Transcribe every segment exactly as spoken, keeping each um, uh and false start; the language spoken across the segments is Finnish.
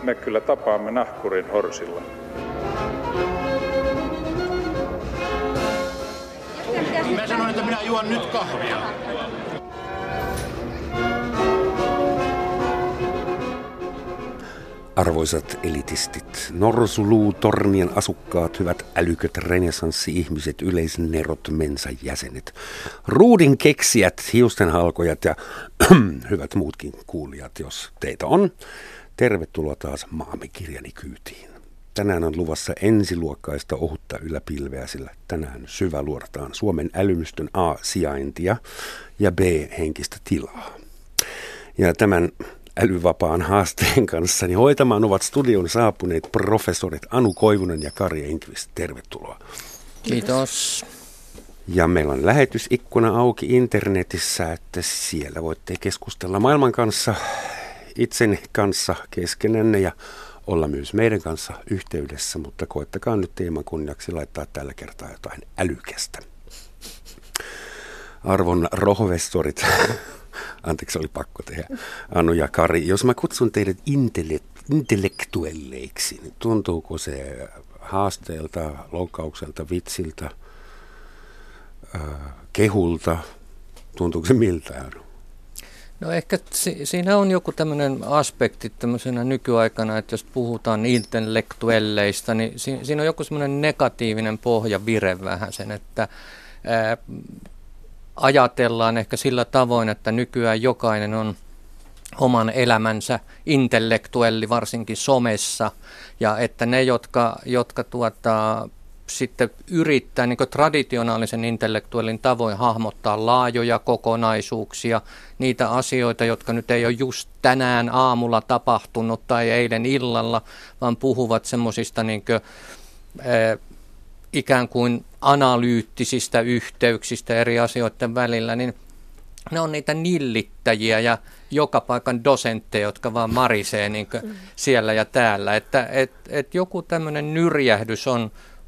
me kyllä tapaamme nahkurin horsilla. Mä sanoin, että minä juon nyt kahvia. Arvoisat elitistit, Norsuluutornien asukkaat, hyvät älyköt renessanssi-ihmiset, yleisnerot, mensan jäsenet, ruudin keksijät, hiustenhalkojat ja hyvät muutkin kuulijat, jos teitä on. Tervetuloa taas maamme kirjani kyytiin. Tänään on luvassa ensiluokkaista ohutta yläpilveä, sillä tänään syväluorataan Suomen älymystön A-sijaintia ja B-henkistä tilaa. Ja tämän älyvapaan haasteen kanssani hoitamaan ovat studion saapuneet professorit Anu Koivunen ja Kari Enqvist. Tervetuloa. Kiitos. Ja meillä on lähetysikkuna auki internetissä, että siellä voitte keskustella maailman kanssa, itseni kanssa keskenänne ja olla myös meidän kanssa yhteydessä, mutta koettakaa nyt teeman kunniaksi laittaa tällä kertaa jotain älykästä. Arvon rohvestorit, anteeksi oli pakko tehdä, Anu ja Kari, jos mä kutsun teidät intellekt- intellektuelleiksi, niin tuntuuko se haasteelta, loukkaukselta, vitsiltä, äh, kehulta, tuntuuko se miltä, Anu? No ehkä si- siinä on joku tämmöinen aspekti tämmöisenä nykyaikana, että jos puhutaan intellektuelleista, niin si- siinä on joku semmoinen negatiivinen pohjavire vähän sen, että ää, ajatellaan ehkä sillä tavoin, että nykyään jokainen on oman elämänsä intellektuelli, varsinkin somessa, ja että ne, jotka, jotka tuota, sitten yrittää niin kuin traditionaalisen intellektuellin tavoin hahmottaa laajoja kokonaisuuksia, niitä asioita, jotka nyt ei ole just tänään aamulla tapahtunut tai eilen illalla, vaan puhuvat semmoisista niin kuin, äh, ikään kuin analyyttisistä yhteyksistä eri asioiden välillä, niin ne on niitä nillittäjiä ja joka paikan dosentteja, jotka vaan marisee niin kuin mm. siellä ja täällä. Että et, et joku tämmöinen nyrjähdys on,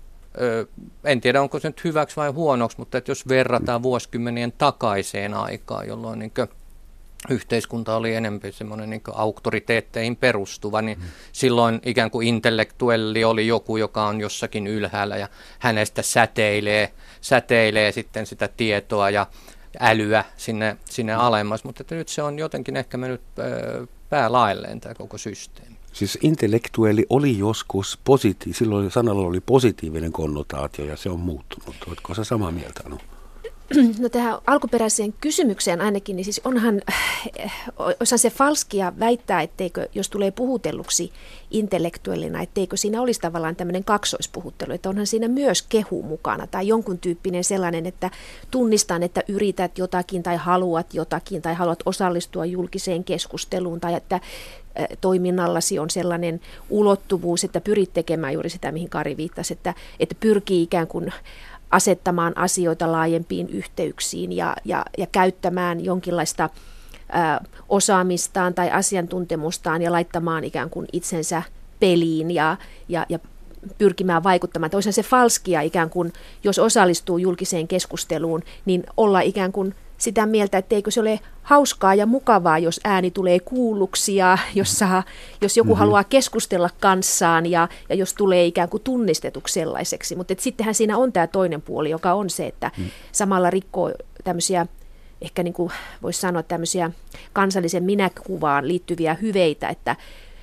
ö, en tiedä onko se nyt hyväksi vai huonoksi, mutta että jos verrataan vuosikymmenien takaiseen aikaan, jolloin niin kuin yhteiskunta oli enemmän semmoinen niin kuin auktoriteetteihin perustuva, niin mm. silloin ikään kuin intellektuelli oli joku, joka on jossakin ylhäällä ja hänestä säteilee, säteilee sitten sitä tietoa ja älyä sinne, sinne alemmas, mutta nyt se on jotenkin ehkä mennyt päälailleen tämä koko systeemi. Siis intellektuelli oli joskus positiivinen, silloin sanalla oli positiivinen konnotaatio ja se on muuttunut. Oletko sä samaa mieltä, Anu? No tähän alkuperäiseen kysymykseen ainakin, niin siis onhan, osahan se falskia väittää, etteikö, jos tulee puhutelluksi intellektuellina, etteikö siinä olisi tavallaan tämmöinen kaksoispuhuttelu, että onhan siinä myös kehu mukana tai jonkun tyyppinen sellainen, että tunnistan, että yrität jotakin tai haluat jotakin tai haluat osallistua julkiseen keskusteluun tai että toiminnallasi on sellainen ulottuvuus, että pyrit tekemään juuri sitä, mihin Kari viittasi, että, että pyrkii ikään kuin asettamaan asioita laajempiin yhteyksiin ja, ja, ja käyttämään jonkinlaista ä, osaamistaan tai asiantuntemustaan ja laittamaan ikään kuin itsensä peliin ja, ja, ja pyrkimään vaikuttamaan. Toisaalta se falskia ikään kuin, jos osallistuu julkiseen keskusteluun, niin olla ikään kuin sitä mieltä, että eikö se ole hauskaa ja mukavaa, jos ääni tulee kuulluksi ja jos, saa, jos joku mm-hmm. haluaa keskustella kanssaan ja, ja jos tulee ikään kuin tunnistetuksi sellaiseksi. Mutta sittenhän siinä on tämä toinen puoli, joka on se, että mm. samalla rikkoo tämmöisiä, ehkä niin kuin voisi sanoa tämmöisiä kansallisen minäkuvaan liittyviä hyveitä, että,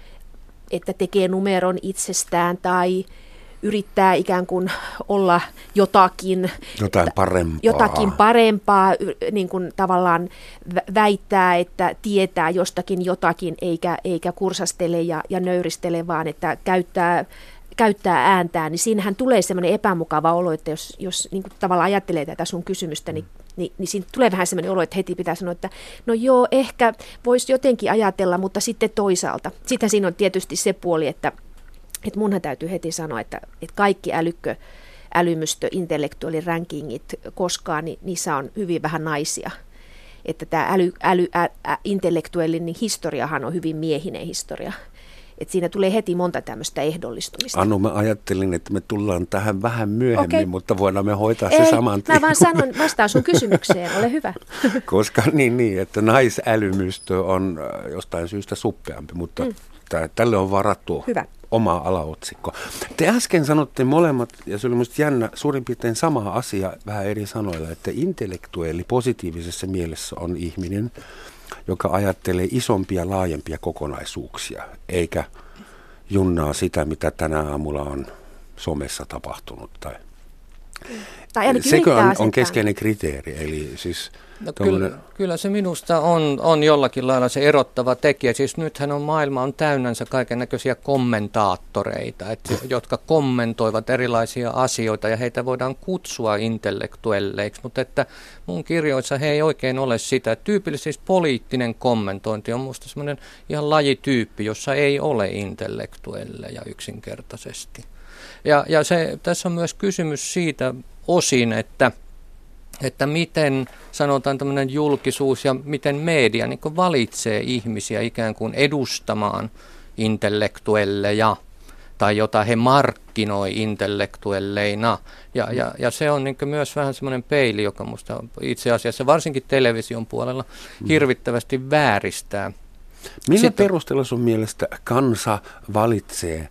että tekee numeron itsestään tai yrittää ikään kuin olla jotakin, Jotain parempaa. jotakin parempaa, niin kuin tavallaan väittää, että tietää jostakin jotakin, eikä, eikä kursastele ja, ja nöyristele, vaan että käyttää, käyttää ääntään, niin siinähän tulee semmoinen epämukava olo, että jos, jos niin kuin tavallaan ajattelee tätä sun kysymystä, niin Niin, niin siinä tulee vähän sellainen olo, että heti pitää sanoa, että no joo, ehkä voisi jotenkin ajatella, mutta sitten toisaalta. Sitten siinä on tietysti se puoli, että Että munhan täytyy heti sanoa, että, että kaikki älykkö, älymystö, intellektuaalin rankingit koskaan, niin niissä on hyvin vähän naisia. Että tämä äly, äly, ä, ä, intellektuaalin niin historiahan on hyvin miehinen historia. Että siinä tulee heti monta tämmöistä ehdollistumista. Anu, mä ajattelin, että me tullaan tähän vähän myöhemmin, okay. mutta voidaan me hoitaa Ei, se saman tien. Mä vaan sanon, vastaan sun kysymykseen, ole hyvä. Koska niin, niin, että naisälymystö on jostain syystä suppeampi, mutta mm. että tälle on varattu Hyvä. oma alaotsikko. Te äsken sanotte molemmat, ja se oli minusta jännä, suurin piirtein sama asia vähän eri sanoilla, että intellektuelli positiivisessa mielessä on ihminen, joka ajattelee isompia, laajempia kokonaisuuksia, eikä junnaa sitä, mitä tänä aamulla on somessa tapahtunut. Tai tai sekö on, on keskeinen kriteeri, eli siis... No kyllä, kyllä se minusta on, on jollakin lailla se erottava tekijä. Siis nythän on maailma on täynnänsä kaiken näköisiä kommentaattoreita, et, jotka kommentoivat erilaisia asioita ja heitä voidaan kutsua intellektuelleiksi, mutta että mun kirjoissa he ei oikein ole sitä. Tyypillisesti siis poliittinen kommentointi on musta semmoinen ihan lajityyppi, jossa ei ole intellektuelleja yksinkertaisesti. Ja, ja se, tässä on myös kysymys siitä osin, että että miten sanotaan tämmöinen julkisuus ja miten media niin kuin valitsee ihmisiä ikään kuin edustamaan intellektuelleja tai jota he markkinoi intellektuelleina. Ja, ja, ja se on niin kuin myös vähän semmoinen peili, joka musta itse asiassa varsinkin television puolella hirvittävästi vääristää. Millä Sitten, perusteella sun mielestä kansa valitsee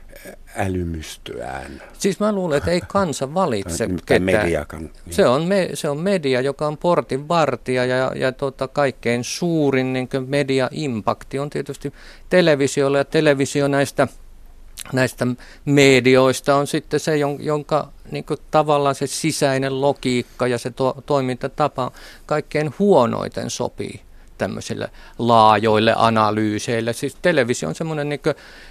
älymystöään? Siis mä luulen, että ei kansa valitse ketään. Mediakan. Se on, me, se on media, joka on portin vartija ja, ja tota, kaikkein suurin niin kuin media-impakti on tietysti televisiolla ja televisio näistä, näistä medioista on sitten se, jonka niin kuin tavallaan se sisäinen logiikka ja se to, toimintatapa kaikkein huonoiten sopii tämmöisille laajoille analyyseille. Siis televisio on semmoinen niin kuin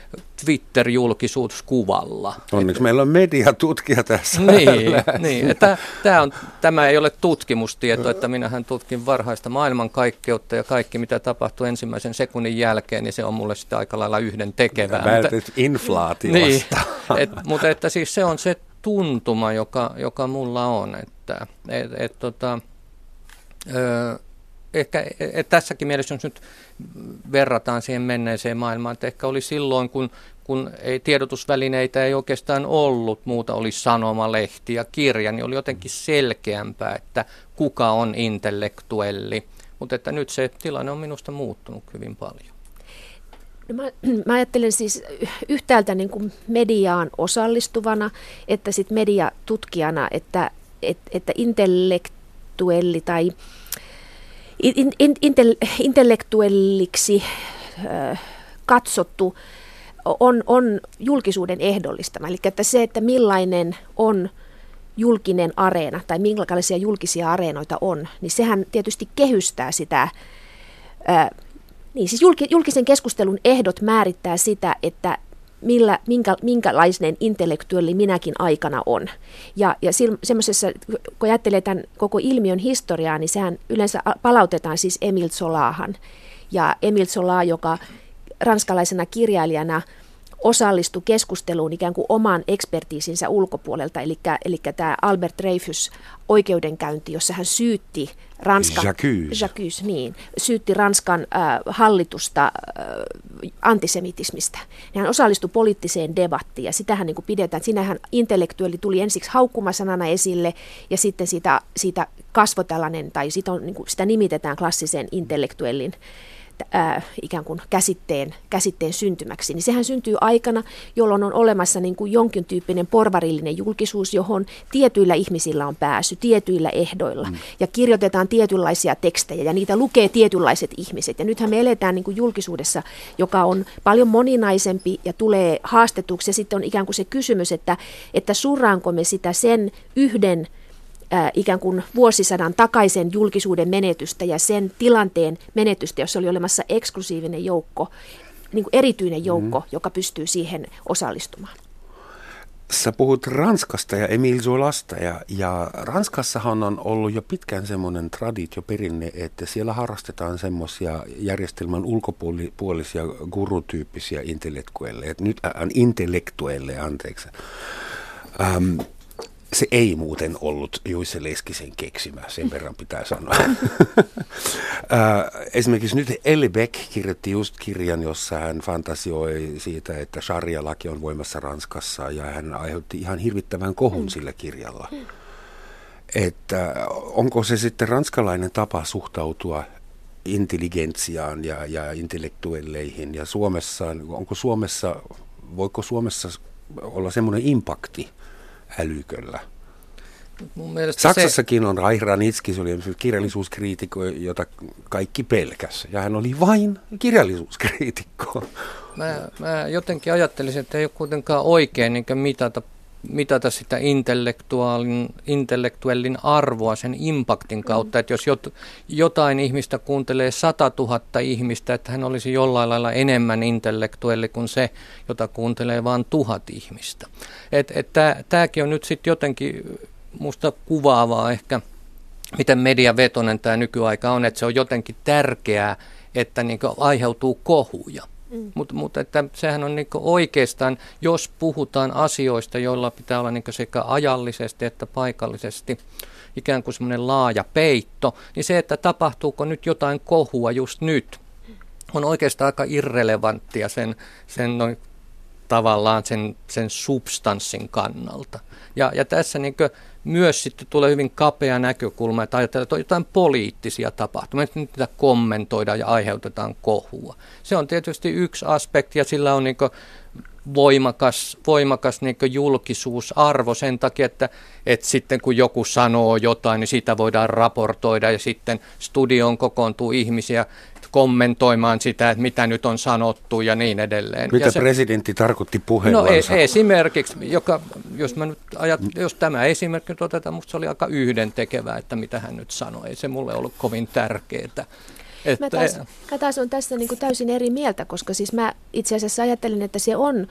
Twitter-julkisuuskuvalla. Onneksi meillä on mediatutkija tässä. Niin, niin. Että tämä, on, tämä ei ole tutkimustieto, että minähän tutkin varhaista maailmankaikkeutta ja kaikki mitä tapahtuu ensimmäisen sekunnin jälkeen, niin se on mulle sitä aika lailla yhden tekevää. Vältet inflaatiosta. Niin, et, mutta että siis se on se tuntuma, joka, joka mulla on, että et, et, tota, ö, ehkä et tässäkin mielessä, jos nyt verrataan siihen menneeseen maailmaan, että ehkä oli silloin, kun, kun ei, tiedotusvälineitä ei oikeastaan ollut, muuta oli sanomalehti ja kirja, niin oli jotenkin selkeämpää, että kuka on intellektuelli. Mutta että nyt se tilanne on minusta muuttunut hyvin paljon. No mä, mä ajattelen siis yhtäältä niin kuin mediaan osallistuvana, että sit mediatutkijana, että, et, että intellektuelli tai In, in, intel, intellektuelliksi äh, katsottu on, on julkisuuden ehdollistama. Eli että se, että millainen on julkinen areena tai minkälaisia julkisia areenoita on, niin sehän tietysti kehystää sitä. Äh, niin siis julki, julkisen keskustelun ehdot määrittää sitä, että Millä, minkä, minkälainen intellektuelli minäkin aikana on. Ja, ja semmoisessa, kun ajattelee tämän koko ilmiön historiaa, niin sehän yleensä palautetaan siis Émile Zolahan. Ja Émile Zola, joka ranskalaisena kirjailijana osallistui keskusteluun ikään kuin oman ekspertiisinsä ulkopuolelta, eli, eli tämä Albert Dreyfus oikeudenkäynti, jossa hän syytti Ranskan, Jacques, niin, syytti Ranskan äh, hallitusta äh, antisemitismistä. Hän osallistui poliittiseen debattiin ja sitähän niin kuin pidetään. Siinähän intellektuelli tuli ensiksi haukkumasanana esille ja sitten siitä, siitä kasvoi tällainen, tai siitä, on, niin kuin, sitä nimitetään klassisen intellektuellin Äh, ikään kuin käsitteen, käsitteen syntymäksi, niin sehän syntyy aikana, jolloin on olemassa niin kuin jonkin tyyppinen porvarillinen julkisuus, johon tietyillä ihmisillä on pääsy, tietyillä ehdoilla, mm. ja kirjoitetaan tietynlaisia tekstejä, ja niitä lukee tietynlaiset ihmiset. Ja nythän me eletään niin kuin julkisuudessa, joka on paljon moninaisempi ja tulee haastetuksi, ja sitten on ikään kuin se kysymys, että, että surraanko me sitä sen yhden Äh, ikään kuin vuosisadan takaisen julkisuuden menetystä ja sen tilanteen menetystä, jossa oli olemassa eksklusiivinen joukko, niin kuin erityinen joukko, mm. joka pystyy siihen osallistumaan. Sä puhut Ranskasta ja Émile Zolasta, ja, ja Ranskassahan on ollut jo pitkään semmoinen traditio perinne, että siellä harrastetaan semmoisia järjestelmän ulkopuolisia gurutyyppisiä intellektuelleja, nyt äh, intellektuelleja, anteeksi. Ähm, Se ei muuten ollut Juisse Leskisen keksimä, sen verran pitää sanoa. Esimerkiksi nyt Elly Beck kirjoitti just kirjan, jossa hän fantasioi siitä, että sharia-laki on voimassa Ranskassa, ja hän aiheutti ihan hirvittävän kohun sillä kirjalla. Että onko se sitten ranskalainen tapa suhtautua intelligentsiaan ja, ja intellektuelleihin. Ja Suomessa, onko Suomessa, voiko Suomessa olla semmoinen impakti älyköllä? Mun mielestä Saksassakin se... on Reich Ranitzky, se oli kirjallisuuskriitikko, jota kaikki pelkäs. Ja hän oli vain kirjallisuuskriitikko. Mä, mä jotenkin ajattelisin, että ei ole kuitenkaan oikein niin mitata, mitata sitä intellektuaalin, intellektuellin arvoa sen impaktin kautta. Mm. Että jos jot, jotain ihmistä kuuntelee satatuhatta ihmistä, että hän olisi jollain lailla enemmän intellektuelli kuin se, jota kuuntelee vain tuhat ihmistä. Että et tämäkin on nyt sitten jotenkin musta kuvaavaa ehkä, miten mediavetoinen tämä nykyaika on, että se on jotenkin tärkeää, että niinku aiheutuu kohuja. Mm. Mutta mut, että sehän on niinku oikeastaan, jos puhutaan asioista, joilla pitää olla niinku sekä ajallisesti että paikallisesti ikään kuin semmoinen laaja peitto, niin se, että tapahtuuko nyt jotain kohua just nyt, on oikeastaan aika irrelevanttia sen, sen noin, tavallaan sen, sen substanssin kannalta. Ja, ja tässä niin myös sitten tulee hyvin kapea näkökulma, että ajatellaan, että on jotain poliittisia tapahtumia, että nyt niitä kommentoidaan ja aiheutetaan kohua. Se on tietysti yksi aspekti ja sillä on niin voimakas, voimakas niin julkisuusarvo sen takia, että, että sitten kun joku sanoo jotain, niin siitä voidaan raportoida ja sitten studioon kokoontuu ihmisiä kommentoimaan sitä, että mitä nyt on sanottu ja niin edelleen. Mitä ja se, presidentti tarkoitti puheenvuoronsa? No esimerkiksi, joka, jos, mä nyt ajat, jos tämä esimerkki nyt otetaan, musta se oli aika yhdentekevää, että mitä hän nyt sanoi. Ei se mulle ollut kovin tärkeää. Että, mä, taas, mä taas on tässä niin kuin täysin eri mieltä, koska siis mä itse asiassa ajattelin, että se on,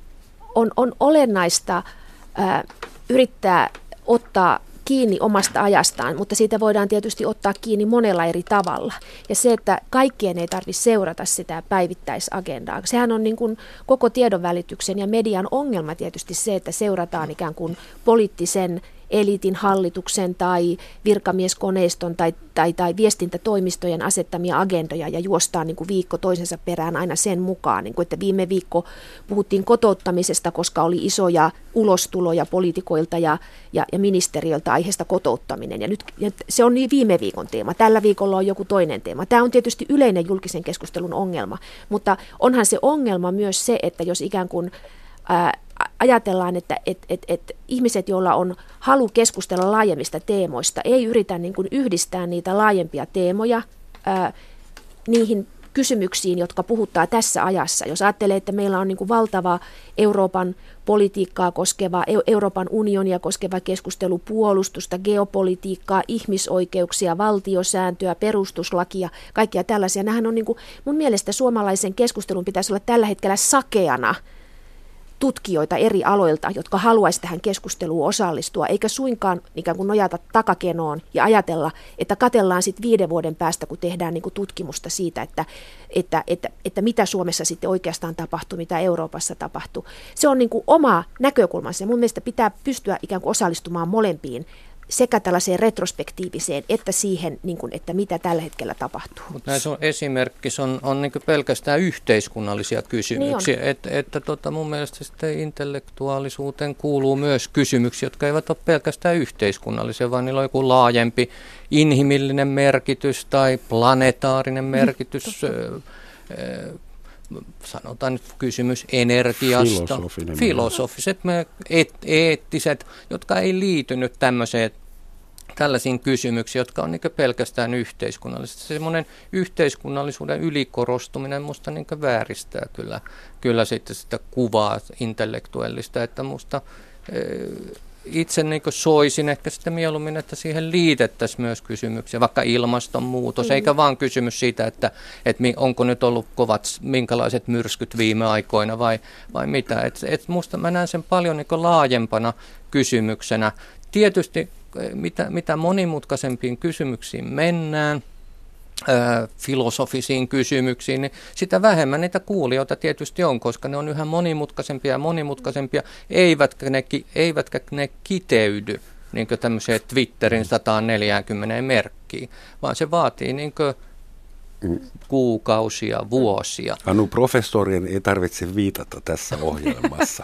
on, on olennaista ää, yrittää ottaa kiinni omasta ajastaan, mutta siitä voidaan tietysti ottaa kiinni monella eri tavalla. Ja se, että kaikkien ei tarvitse seurata sitä päivittäisagendaa. Sehän on niin kuin koko tiedonvälityksen ja median ongelma tietysti se, että seurataan ikään kuin poliittisen eliitin, hallituksen tai virkamieskoneiston tai, tai, tai viestintätoimistojen asettamia agendoja ja juostaan niin kuin viikko toisensa perään aina sen mukaan. Niin kuin, että viime viikko puhuttiin kotouttamisesta, koska oli isoja ulostuloja poliitikoilta ja, ja, ja ministeriöltä aiheesta kotouttaminen. Ja nyt ja se on niin viime viikon teema. Tällä viikolla on joku toinen teema. Tämä on tietysti yleinen julkisen keskustelun ongelma, mutta onhan se ongelma myös se, että jos ikään kuin ää, ajatellaan, että et, et, et ihmiset, joilla on halu keskustella laajemmista teemoista, ei yritä niin kuin yhdistää niitä laajempia teemoja ää, niihin kysymyksiin, jotka puhuttaa tässä ajassa. Jos ajattelee, että meillä on niin kuin valtava Euroopan politiikkaa koskeva, Euroopan unionia koskeva keskustelu, puolustusta, geopolitiikkaa, ihmisoikeuksia, valtiosääntöä, perustuslakia, kaikkia tällaisia. Nämähän on niin kuin, mun mielestä suomalaisen keskustelun pitäisi olla tällä hetkellä sakeana tutkijoita eri aloilta, jotka haluaisivat tähän keskusteluun osallistua, eikä suinkaan ikään kuin nojata takakenoon ja ajatella, että katsellaan sitten viiden vuoden päästä, kun tehdään niin kuin tutkimusta siitä, että, että, että, että mitä Suomessa sitten oikeastaan tapahtuu, mitä Euroopassa tapahtuu. Se on niin kuin oma näkökulmansa ja mun mielestä pitää pystyä ikään kuin osallistumaan molempiin, sekä tällaiseen retrospektiiviseen, että siihen, niin kuin, että mitä tällä hetkellä tapahtuu. Mutta näissä on esimerkki, on, on niin pelkästään yhteiskunnallisia kysymyksiä, niin että, että tota mun mielestä sitten intellektuaalisuuteen kuuluu myös kysymyksiä, jotka eivät ole pelkästään yhteiskunnallisia, vaan niillä on joku laajempi inhimillinen merkitys tai planetaarinen merkitys, mm, sanotaan nyt kysymys energiasta, filosofinen filosofiset, et, eettiset, jotka ei liity nyt tämmöiseen, tällaisiin kysymyksiin, jotka on niin pelkästään yhteiskunnalliset. Semmoinen yhteiskunnallisuuden ylikorostuminen musta niin vääristää kyllä, kyllä sitten sitä kuvaa intellektuellista, että musta itse niin soisin ehkä sitten mieluummin, että siihen liitettäisiin myös kysymyksiä, vaikka ilmastonmuutos, mm. eikä vaan kysymys siitä, että, että onko nyt ollut kovat, minkälaiset myrskyt viime aikoina vai, vai mitä. Et, et musta mä näen sen paljon niin laajempana kysymyksenä. Tietysti mitä, mitä monimutkaisempiin kysymyksiin mennään, ää, filosofisiin kysymyksiin, niin sitä vähemmän niitä kuulijoita tietysti on, koska ne on yhä monimutkaisempia ja monimutkaisempia, eivätkä ne, eivätkä ne kiteydy niin kuin tämmöiseen Twitterin sata neljäkymmentä merkkiin, vaan se vaatii niin kuin kuukausia, vuosia. Anu, professorien ei tarvitse viitata tässä ohjelmassa.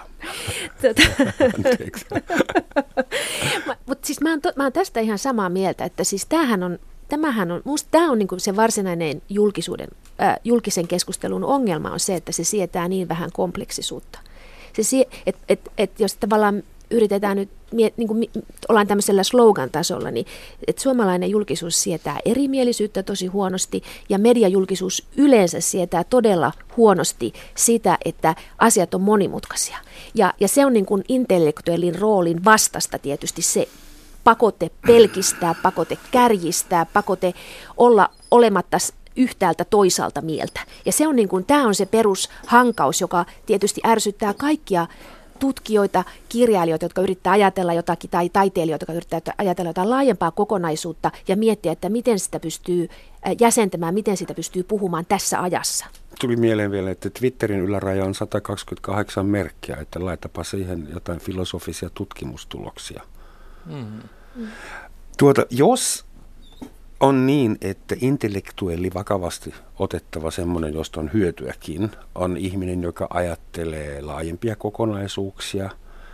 Mutta siis mä oon, to, mä oon tästä ihan samaa mieltä, että siis tämähän on, tämähän on, musta tämä on niin kuin se varsinainen julkisuuden, äh, julkisen keskustelun ongelma on se, että se sietää niin vähän kompleksisuutta. Se, et, et, et jos tavallaan yritetään nyt, niin kuin ollaan tämmöisellä slogan-tasolla, niin että suomalainen julkisuus sietää erimielisyyttä tosi huonosti ja mediajulkisuus yleensä sietää todella huonosti sitä, että asiat on monimutkaisia. Ja, ja se on niin kuin intellektuellin roolin vastasta tietysti se pakote pelkistää, pakote kärjistää, pakote olla olematta yhtäältä toisaalta mieltä. Ja se on niin kuin, tämä on se perushankaus, joka tietysti ärsyttää kaikkia tutkijoita, kirjailijoita, jotka yrittää ajatella jotakin, tai taiteilijoita, jotka yrittää ajatella jotain laajempaa kokonaisuutta ja miettiä, että miten sitä pystyy jäsentämään, miten sitä pystyy puhumaan tässä ajassa. Tuli mieleen vielä, että Twitterin yläraja on sata kaksikymmentäkahdeksan merkkiä, että laitapa siihen jotain filosofisia tutkimustuloksia. Mm-hmm. Tuota, jos on niin, että intellektuelli vakavasti otettava semmoinen, josta on hyötyäkin, on ihminen, joka ajattelee laajempia kokonaisuuksia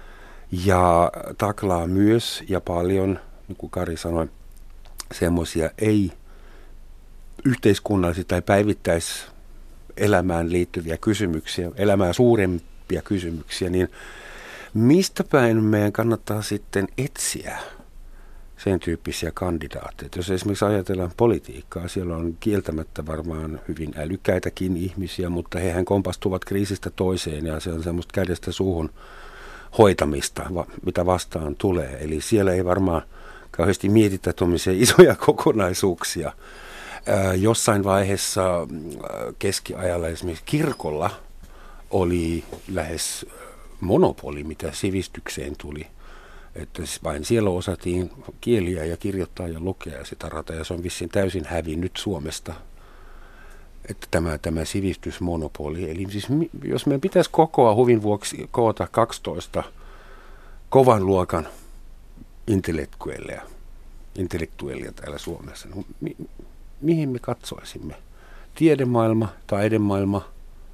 ja taklaa myös ja paljon, niin kuin Kari sanoi, semmoisia ei yhteiskunnallisia tai päivittäiselämään liittyviä kysymyksiä, elämään suurempia kysymyksiä, niin mistä päin meidän kannattaa sitten etsiä sen tyyppisiä kandidaatteja? Jos esimerkiksi ajatellaan politiikkaa, siellä on kieltämättä varmaan hyvin älykkäitäkin ihmisiä, mutta hehän kompastuvat kriisistä toiseen ja se on semmoista kädestä suuhun hoitamista, mitä vastaan tulee. Eli siellä ei varmaan kauheasti mietitä tuommoisia isoja kokonaisuuksia. Ää, jossain vaiheessa keskiajalla esimerkiksi kirkolla oli lähes monopoli, mitä sivistykseen tuli. Että vain siellä osattiin kieliä ja kirjoittaa ja lukea ja sitä rata, ja se on vissiin täysin hävinnyt Suomesta, että tämä, tämä sivistysmonopoli. Eli siis jos meidän pitäisi kokoa huvin vuoksi koota kaksitoista kovan luokan intellektuelleja, intellektuellia täällä Suomessa, niin mi, mihin me katsoisimme? Tiedemaailma, taidemaailma,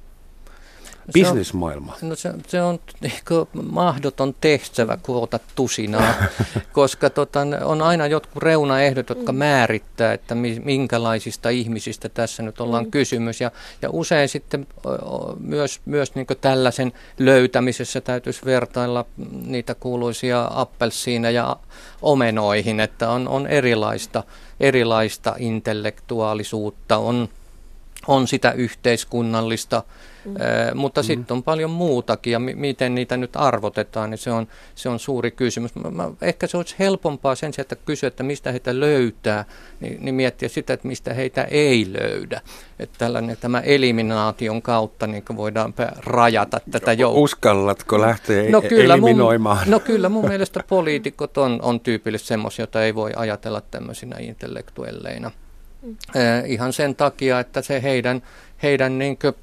bisnesmaailma. No se, se on ehkä mahdoton tehtävä koota tusinaa, koska tota, on aina jotkut reunaehdot, jotka määrittää, että minkälaisista ihmisistä tässä nyt ollaan mm. kysymys. Ja, ja usein sitten myös, myös niin kuin tällaisen löytämisessä täytyisi vertailla niitä kuuluisia appelsiineja ja omenoihin, että on, on erilaista, erilaista intellektuaalisuutta, on, on sitä yhteiskunnallista. Mm. Äh, mutta mm. sitten on paljon muutakin ja m- miten niitä nyt arvotetaan, niin se on, se on suuri kysymys. Mä, mä, ehkä se olisi helpompaa sen sijaan, että kysyä, että mistä heitä löytää, niin, niin miettiä sitä, että mistä heitä ei löydä. Että tällainen tämä eliminaation kautta niin voidaan rajata tätä joukkoa. Uskallatko lähteä no kyllä eliminoimaan? Mun, no kyllä mun mielestä poliitikot on, on tyypillisesti semmoisia, joita ei voi ajatella tämmöisinä intellektuelleina. Mm. Äh, ihan sen takia, että se heidän, heidän niin kuin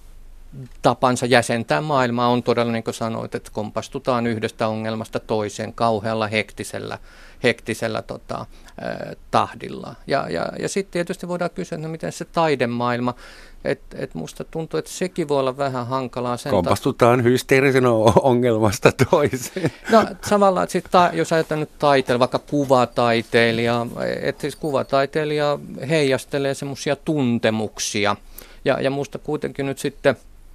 tapansa jäsentää maailmaa on todella, niin kuin sanoit, että kompastutaan yhdestä ongelmasta toiseen kauhealla hektisellä, hektisellä tota, äh, tahdilla. Ja, ja, ja sitten tietysti voidaan kysyä, no miten se taidemaailma, että et musta tuntuu, että sekin voi olla vähän hankalaa. Sen kompastutaan ta- hysteerisenä ongelmasta toiseen. No samalla, että sit ta- jos ajatellaan nyt taiteilija, vaikka kuvataiteilija, että siis kuvataiteilija heijastelee semmoisia tuntemuksia. Ja, ja musta kuitenkin nyt sitten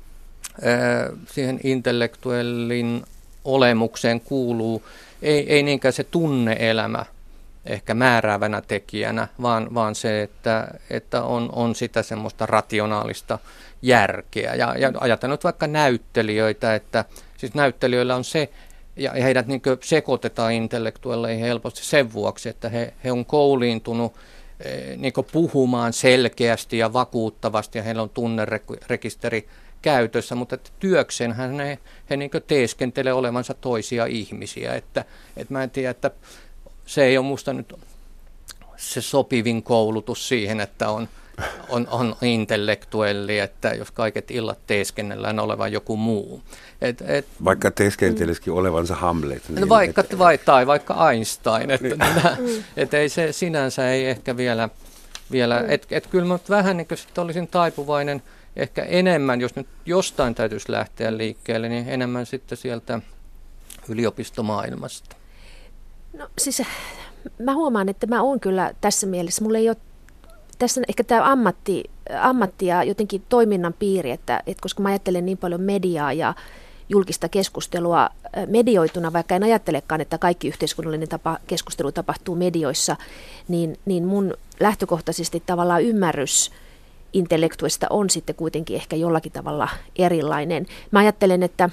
ää, siihen intellektuellin olemukseen kuuluu, ei, ei niinkään se tunne-elämä ehkä määräävänä tekijänä, vaan, vaan se, että, että on, on sitä semmoista rationaalista järkeä. Ja, ja ajatellaan nyt vaikka näyttelijöitä, että siis näyttelijöillä on se, ja heidät niin kuin sekoitetaan intellektuelleihin helposti sen vuoksi, että he, he on kouliintunut niin kuin puhumaan selkeästi ja vakuuttavasti ja heillä on tunnerekisteri käytössä, mutta että työkseenhän he, he niin kuin teeskentelee olevansa toisia ihmisiä. Että, että mä en tiedä, että se ei ole musta nyt se sopivin koulutus siihen, että on, on, on intellektuelli, että jos kaiket illat teeskennellään olevan joku muu. Et, et, vaikka teeskentelisikin mm. olevansa Hamlet. Niin vaikka, et, vai, tai vaikka Einstein. Että niin. et ei se sinänsä ei ehkä vielä, vielä mm. että et kyllä mä vähän niin kuin sitten olisin taipuvainen ehkä enemmän, jos nyt jostain täytyisi lähteä liikkeelle, niin enemmän sitten sieltä yliopistomaailmasta. No siis mä huomaan, että mä oon kyllä tässä mielessä, mulla ei ole tässä ehkä tämä ammatti, ammatti ja jotenkin toiminnan piiri, että, että koska mä ajattelen niin paljon mediaa ja julkista keskustelua medioituna, vaikka en ajattelekaan, että kaikki yhteiskunnallinen tapa, keskustelu tapahtuu medioissa, niin, niin mun lähtökohtaisesti tavallaan ymmärrys intellektuesta on sitten kuitenkin ehkä jollakin tavalla erilainen. Mä ajattelen, että,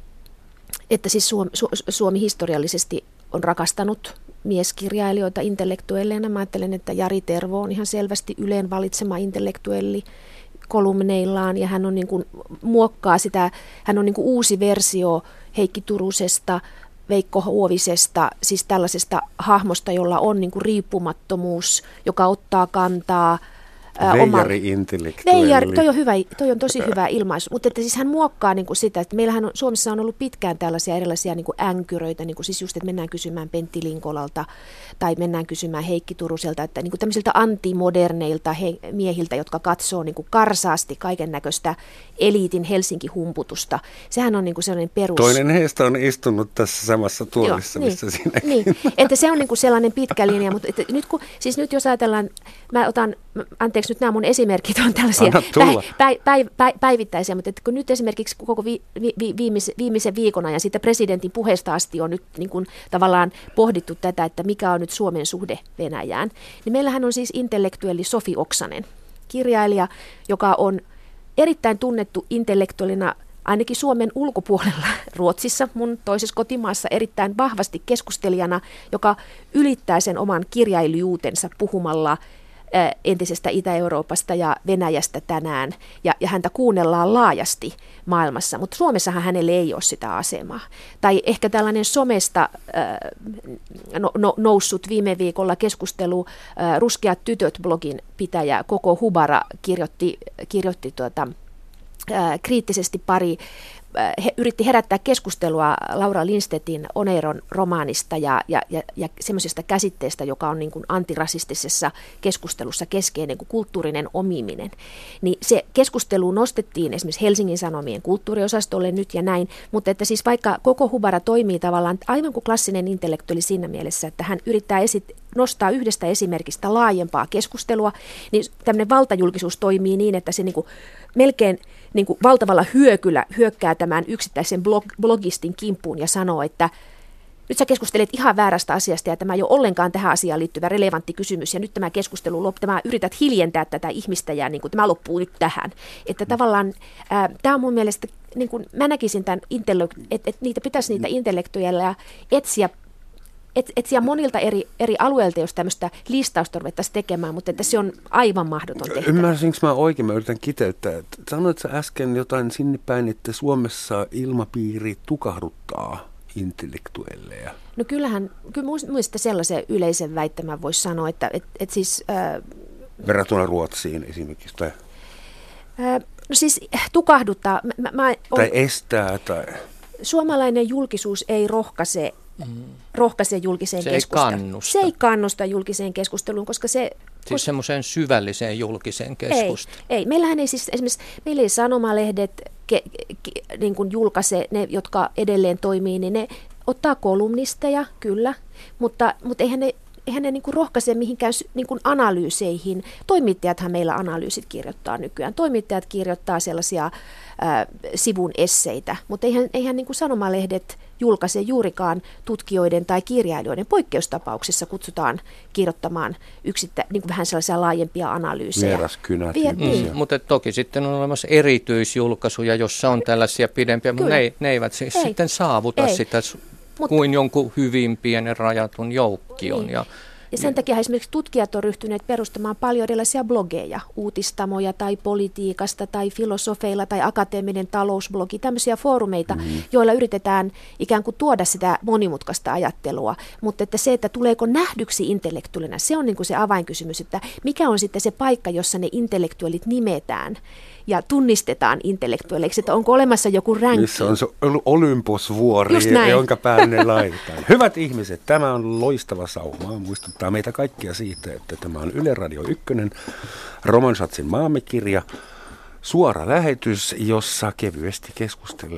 että siis Suomi, Suomi historiallisesti on rakastanut mieskirjailijoita intellektuelleina. Mä ajattelen, että Jari Tervo on ihan selvästi Ylen valitsema intellektuelli kolumneillaan ja hän on niin kuin, muokkaa sitä, hän on niin kuin uusi versio Heikki Turusesta, Veikko Huovisesta, siis tällaisesta hahmosta, jolla on niin kuin riippumattomuus, joka ottaa kantaa. Veijari-intellektuelli. Veijari, toi on, hyvä, toi on tosi hyvä ilmaisu, mutta että siis hän muokkaa niin kuin sitä, että meillähän on, Suomessa on ollut pitkään tällaisia erilaisia niin kuin änkyröitä, niin kuin siis just, että mennään kysymään Pentti Linkolalta tai mennään kysymään Heikki Turuselta, että niin kuin tämmöisiltä antimoderneilta he, miehiltä, jotka katsoo niin kuin karsaasti kaiken näköistä eliitin Helsinki-humputusta. Sehän on niin kuin sellainen perus. Toinen heistä on istunut tässä samassa tuolissa, Joo, missä niin, sinäkin. Niin, että se on niin kuin sellainen pitkä linja, mutta että nyt, kun, siis nyt jos ajatellaan, mä otan, anteeksi nyt nämä mun esimerkit on tällaisia päi, päi, päi, päi, päivittäisiä, mutta että kun nyt esimerkiksi koko vi, vi, vi, viimeisen, viimeisen viikon ajan siitä presidentin puheesta asti on nyt niin kuin tavallaan pohdittu tätä, että mikä on nyt Suomen suhde Venäjään, niin meillähän on siis intellektuelli Sofi Oksanen, kirjailija, joka on erittäin tunnettu intellektuellina ainakin Suomen ulkopuolella Ruotsissa, mun toisessa kotimaassa erittäin vahvasti keskustelijana, joka ylittää sen oman kirjailijuutensa puhumalla entisestä Itä-Euroopasta ja Venäjästä tänään, ja, ja häntä kuunnellaan laajasti maailmassa, mutta Suomessahan hänelle ei ole sitä asemaa. Tai ehkä tällainen somesta äh, no, no, noussut viime viikolla keskustelu, äh, Ruskeat tytöt-blogin pitäjä Koko Hubara kirjoitti, kirjoitti tuota, äh, kriittisesti pari, he yritti herättää keskustelua Laura Lindstedtin Oneiron romaanista ja, ja, ja, ja semmoisesta käsitteestä, joka on niin kuin antirasistisessa keskustelussa keskeinen kuin kulttuurinen omiminen. Niin se keskustelu nostettiin esimerkiksi Helsingin Sanomien kulttuuriosastolle nyt ja näin, mutta että siis vaikka Koko Hubara toimii tavallaan aivan kuin klassinen intellektuelli siinä mielessä, että hän yrittää esit- nostaa yhdestä esimerkistä laajempaa keskustelua, niin tämmöinen valtajulkisuus toimii niin, että se niin kuin melkein niin kuin valtavalla hyökyllä hyökkää tämän yksittäisen blog, blogistin kimppuun ja sanoo, että nyt sä keskustelet ihan väärästä asiasta ja tämä ei ole ollenkaan tähän asiaan liittyvä relevantti kysymys ja nyt tämä keskustelu loppuu, tämä yrität hiljentää tätä ihmistä ja niin kuin, tämä loppuu nyt tähän. Että tavallaan ää, tämä on mun mielestä, niin kuin mä näkisin tämän, että et niitä pitäisi niitä intellektuelleja etsiä Et, etsiä monilta eri, eri alueilta, jos tämmöistä listausta ruvettaisiin tekemään, mutta että se on aivan mahdoton tehtävä. Ymmärsinkö mä oikein? Mä yritän kiteyttää. Sanoit sä äsken jotain sinne päin, että Suomessa ilmapiiri tukahduttaa intellektuelleja? No kyllähän, kyllä muista sellaisen yleisen väittämän voisi sanoa, että et, et siis... Ää, verrattuna Ruotsiin esimerkiksi? Tai, ää, no siis tukahduttaa. Mä, mä, on, tai estää tai... Suomalainen julkisuus ei rohkaise... Mm. rohkaise julkiseen se keskusteluun. Ei kannusta. Se ei kannusta julkiseen keskusteluun, koska se... Siis koska, semmoiseen syvälliseen julkiseen keskusteluun. Ei, ei. Meillähän ei siis esimerkiksi, meillä ei sanomalehdet ke, ke, niin kuin julkaise, ne jotka edelleen toimii, niin ne ottaa kolumnisteja, kyllä, mutta, mutta eihän ne, eihän ne niin kuin rohkaise mihinkään niin kuin analyyseihin. Toimittajathan meillä analyysit kirjoittaa nykyään. Toimittajat kirjoittaa sellaisia äh, sivun esseitä, mutta eihän, eihän niin kuin sanomalehdet julkaise juurikaan tutkijoiden tai kirjailijoiden. Poikkeustapauksessa kutsutaan kirjoittamaan yksittä, niin kuin vähän sellaisia laajempia analyysejä. Vieraskynä-tyyppisiä. Mm, mutta toki sitten on olemassa erityisjulkaisuja, jossa on tällaisia pidempiä, mutta ne, ne eivät siis ei. sitten saavuta ei. sitä Mut, kuin jonkun hyvin pienen rajatun joukkion. Niin. Ja, Ja sen takia esimerkiksi tutkijat on ryhtyneet perustamaan paljon erilaisia blogeja, uutistamoja tai politiikasta tai filosofeilla tai akateeminen talousblogi, tämmöisiä foorumeita, mm-hmm. joilla yritetään ikään kuin tuoda sitä monimutkaista ajattelua. Mutta että se, että tuleeko nähdyksi intellektuellina, se on niin kuin se avainkysymys, että mikä on sitten se paikka, jossa ne intellektuellit nimetään ja tunnistetaan intellektuelleiksi, että onko olemassa joku ränkki. Missä on se Olympusvuori, jonka päälle ne laitetaan. Hyvät ihmiset, tämä on loistava sauma. Muistuttaa meitä kaikkia siitä, että tämä on Yle Radio Ykkönen, Roman Schatzin Maamekirja, suora lähetys, jossa kevyesti keskustelleen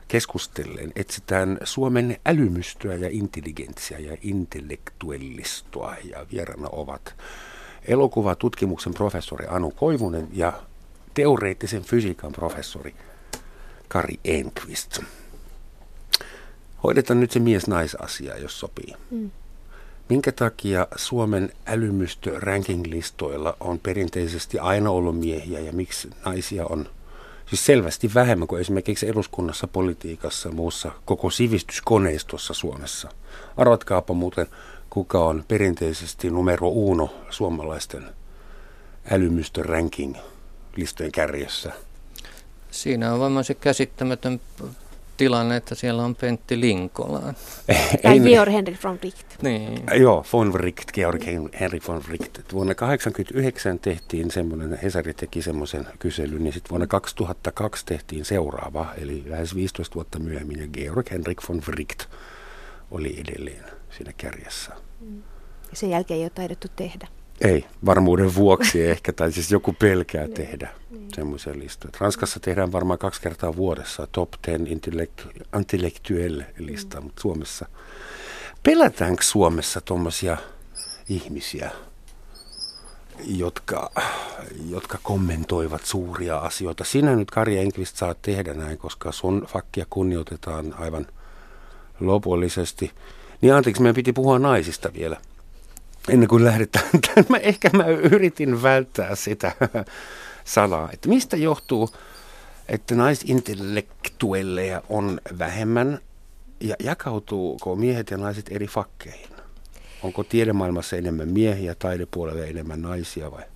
keskustellen etsitään Suomen älymystöä ja intelligentsia ja intellektuellistoa. Ja vieraana ovat elokuvatutkimuksen professori Anu Koivunen ja teoreettisen fysiikan professori Kari Enqvist. Hoidetaan nyt se mies-naisasia, jos sopii. Mm. Minkä takia Suomen älymystö-ranking-listoilla on perinteisesti aina ollut miehiä ja miksi naisia on siis selvästi vähemmän kuin esimerkiksi eduskunnassa, politiikassa ja muussa koko sivistyskoneistossa Suomessa? Arvatkaapa muuten, kuka on perinteisesti numero uno suomalaisten älymystö-ranking-listojen kärjessä? Siinä on varmaan se käsittämätön tilanne, että siellä on Pentti Linkola. Tai Georg Henrik von Wright. Niin. Joo, von Wright, Georg Henrik von Wright. Vuonna tuhatyhdeksänsataakahdeksankymmentäyhdeksän tehtiin semmoinen, Hesari teki semmoisen kyselyn, niin sitten vuonna kaksituhattakaksi tehtiin seuraava, eli lähes viisitoista vuotta myöhemmin, ja Georg Henrik von Wright oli edelleen siinä kärjessä. Sen jälkeen ei ole taidettu tehdä. Ei, varmuuden vuoksi ehkä, tai siis joku pelkää tehdä semmoisia listoja. Ranskassa tehdään varmaan kaksi kertaa vuodessa top ten intellektuelle lista, mm. mutta Suomessa, pelätäänkö Suomessa tuommoisia ihmisiä, jotka, jotka kommentoivat suuria asioita? Sinä nyt, Kari Enqvist, saat tehdä näin, koska sun fakkia kunnioitetaan aivan lopullisesti. Niin anteeksi, meidän piti puhua naisista vielä. Ennen kuin lähdetään, mä, ehkä mä yritin välttää sitä sanaa, että mistä johtuu, että naisintellektuelleja on vähemmän ja jakautuuko miehet ja naiset eri fakkeihin? Onko tiedemaailmassa enemmän miehiä, taidepuolella enemmän naisia vai?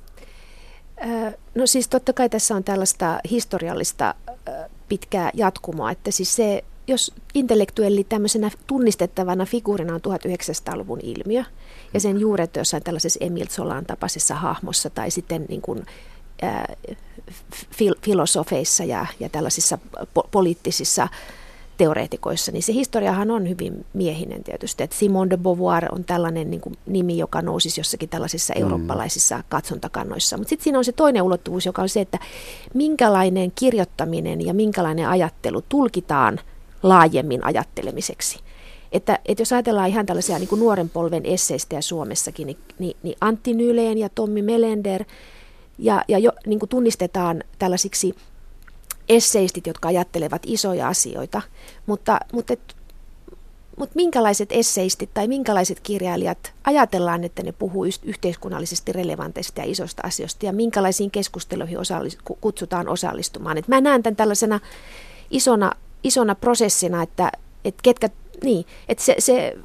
No siis totta kai tässä on tällaista historiallista pitkää jatkumoa, että siis se, jos intellektuelli tämmöisenä tunnistettavana figuurina on tuhatyhdeksänsataaluvun ilmiö, ja sen juuret jossain tällaisessa Emile Zolan tapaisessa hahmossa, tai sitten niin kuin, ää, fil- filosofeissa ja, ja tällaisissa po- poliittisissa teoreetikoissa, niin se historiahan on hyvin miehinen tietysti. Et Simone de Beauvoir on tällainen niin kuin nimi, joka nousisi jossakin tällaisissa eurooppalaisissa katsontakannoissa. Mutta sitten siinä on se toinen ulottuvuus, joka on se, että minkälainen kirjoittaminen ja minkälainen ajattelu tulkitaan laajemmin ajattelemiseksi. Että, että jos ajatellaan ihan tällaisia niin kuin nuoren polven esseistejä Suomessakin, niin, niin, niin Antti Nylén ja Tommi Melender ja, ja jo, niin kuin tunnistetaan tällaisiksi esseistit, jotka ajattelevat isoja asioita, mutta, mutta, et, mutta minkälaiset esseistit tai minkälaiset kirjailijat ajatellaan, että ne puhuu yhteiskunnallisesti relevanteista ja isoista asioista ja minkälaisiin keskusteluihin osallis, kutsutaan osallistumaan. Et mä näen tämän tällaisena isona, isona prosessina, että, että ketkä Niin, että se, se